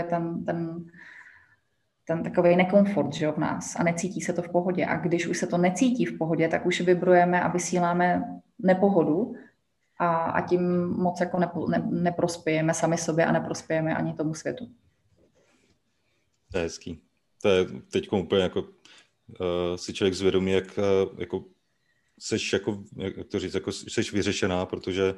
ten takový nekomfort, že jo, v nás a necítí se to v pohodě. A když už se to necítí v pohodě, tak už vibrujeme a vysíláme nepohodu a tím moc jako neprospějeme sami sobě a neprospějeme ani tomu světu. To je hezký. To je teď úplně jako si člověk zvědomí, jak jako seš jako, jak to říct, jako seš vyřešená, protože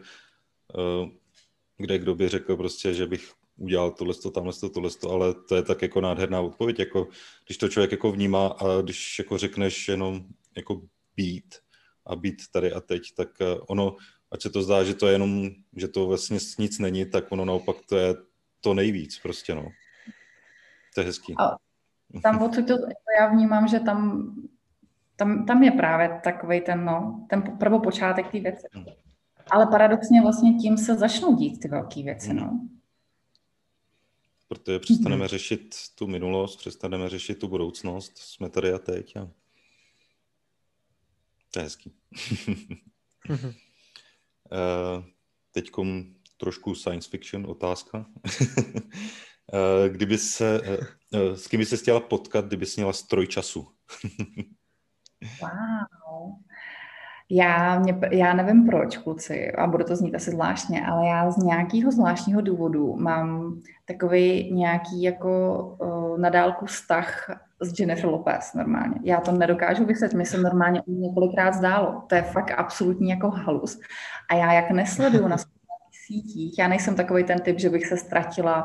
kdo by řekl prostě, že bych udělal tohleto, tamhleto, ale to je tak jako nádherná odpověď, jako když to člověk jako vnímá a když jako řekneš jenom jako být a být tady a teď, tak ono, ať se to zdá, že to je jenom, že to vlastně nic není, tak ono naopak to je to nejvíc prostě, no. To je hezký. A tam odsud to já vnímám, že tam je právě takovej ten prvopočátek té věci. Ale paradoxně vlastně tím se začnou dít ty velké věci, no. Protože přestaneme řešit tu minulost, přestaneme řešit tu budoucnost, jsme tady a teď. A... To je hezký. Teďkom trošku science fiction otázka. S kým by se chtěla potkat, kdyby jsi měla stroj času? Wow. Já nevím proč, kluci, a bude to znít asi zvláštně, ale já z nějakého zvláštního důvodu mám takový nějaký jako na dálku vztah s Jennifer Lopez normálně. Já to nedokážu vysvětlit, mi se normálně několikrát zdálo. To je fakt absolutní jako halus. A já jak nesleduju na sítích, já nejsem takový ten typ, že bych se ztratila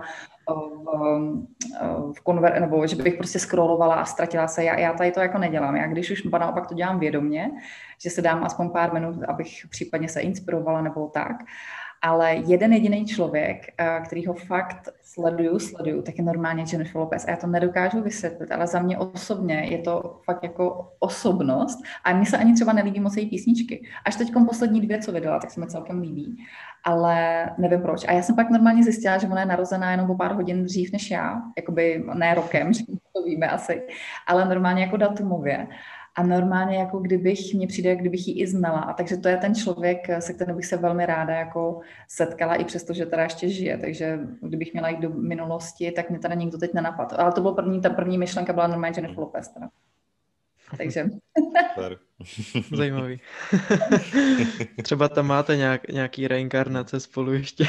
nebo že bych prostě scrollovala a ztratila se. Já tady to jako nedělám. Já když už naopak to dělám vědomě, že se dám aspoň pár minut, abych případně se inspirovala nebo tak. ale jeden jediný člověk, který ho fakt sleduju, tak je normálně Jennifer Lopez. A já to nedokážu vysvětlit, ale za mě osobně je to fakt jako osobnost. A mně se ani třeba nelíbí moc její písničky. Až teď poslední 2, co vydala, tak se mi celkem líbí. Ale nevím proč. A já jsem pak normálně zjistila, že ona je narozená jenom o pár hodin dřív než já. Jakoby ne rokem, že to víme asi, ale normálně jako datumově. A normálně, jako mně přijde, kdybych ji i znala. A takže to je ten člověk, se kterým bych se velmi ráda jako setkala, i přesto, že teda ještě žije. Takže kdybych měla jít do minulosti, tak mě teda nikdo teď nenapadl. Ale to byl ta první myšlenka byla normálně Jennifer Lopez. Teda. Takže... Zajímavý. Třeba tam máte nějaký reinkarnace spolu ještě.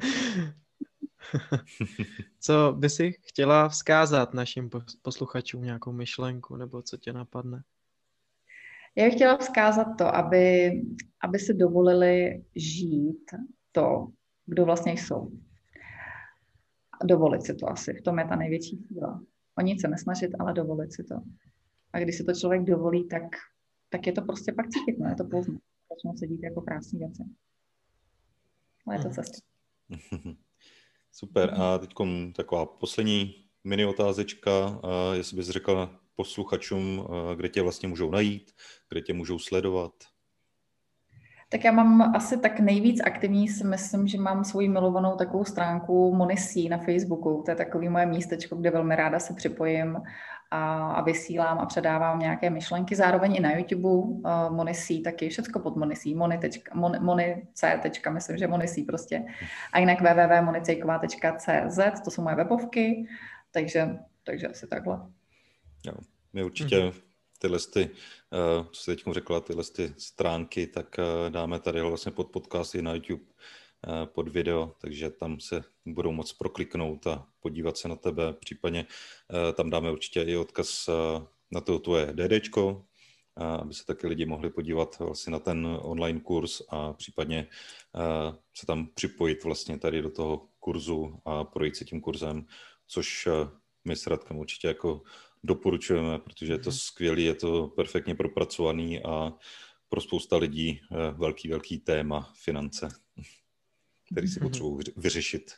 Co by si chtěla vzkázat našim posluchačům, nějakou myšlenku, nebo co tě napadne? Já bych chtěla vzkázat to, aby si dovolili žít to, kdo vlastně jsou. Dovolit si to asi. V tom je ta největší síla. O nic se nesnažit, ale dovolit si to. A když si to člověk dovolí, tak je to prostě pak cítit, no, je to poznat. Začnou se dít jako krásný věci. Ale je to cesta. Super. A teď taková poslední mini otázečka. Jestli bys řekla posluchačům, kde tě vlastně můžou najít, kde tě můžou sledovat? Tak já mám asi tak nejvíc aktivní, si myslím, že mám svoji milovanou takovou stránku Monisí na Facebooku. To je takový moje místečko, kde velmi ráda se připojím a vysílám a předávám nějaké myšlenky. Zároveň i na YouTube Monisí, taky všecko pod Monisí, Moni.c, myslím, že Monisí prostě. A jinak www.monicejková.cz, to jsou moje webovky, takže asi takhle. Jo, my určitě tyhle, co jsi teď řekla, tyhle stránky, tak dáme tady vlastně pod podcasty na YouTube pod video, takže tam se budou moct prokliknout a podívat se na tebe. Případně tam dáme určitě i odkaz na to tvoje DDčko, aby se taky lidi mohli podívat vlastně na ten online kurz a případně se tam připojit vlastně tady do toho kurzu a projít si tím kurzem, což my s Radkem určitě jako doporučujeme, protože je to skvělý, je to perfektně propracovaný a pro spousta lidí velký téma finance, který si potřebují vyřešit.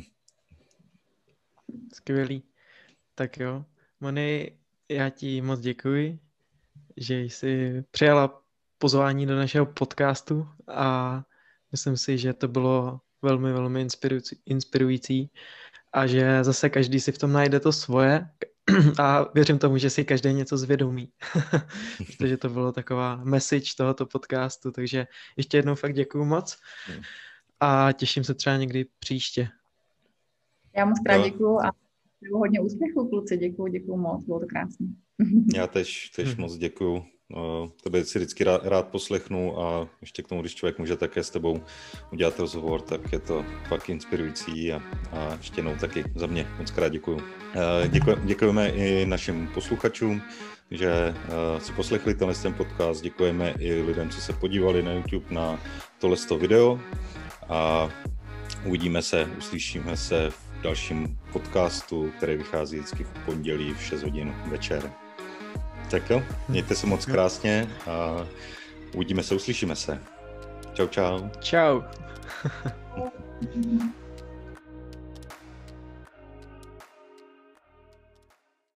Skvělý. Tak jo. Moni, já ti moc děkuji, že jsi přijala pozvání do našeho podcastu a myslím si, že to bylo velmi inspirující a že zase každý si v tom najde to svoje a věřím tomu, že si každý něco zvědomí, protože to bylo taková message tohoto podcastu, takže ještě jednou fakt děkuju moc a těším se třeba někdy příště. Já moc krát děkuju a hodně úspěchů, kluci, děkuju moc, bylo to krásné. Já tež moc děkuju. Tebe si vždycky rád poslechnu a ještě k tomu, když člověk může také s tebou udělat rozhovor, tak je to fakt inspirující a ještě jednou taky za mě moc krát děkuju. Děkujeme i našim posluchačům, že si poslechli ten podcast, děkujeme i lidem, co se podívali na YouTube na tohleto video a uslyšíme se v dalším podcastu, který vychází vždycky v pondělí v 6 hodin večer. Tak jo, mějte se moc krásně a uslyšíme se. Čau. Čau.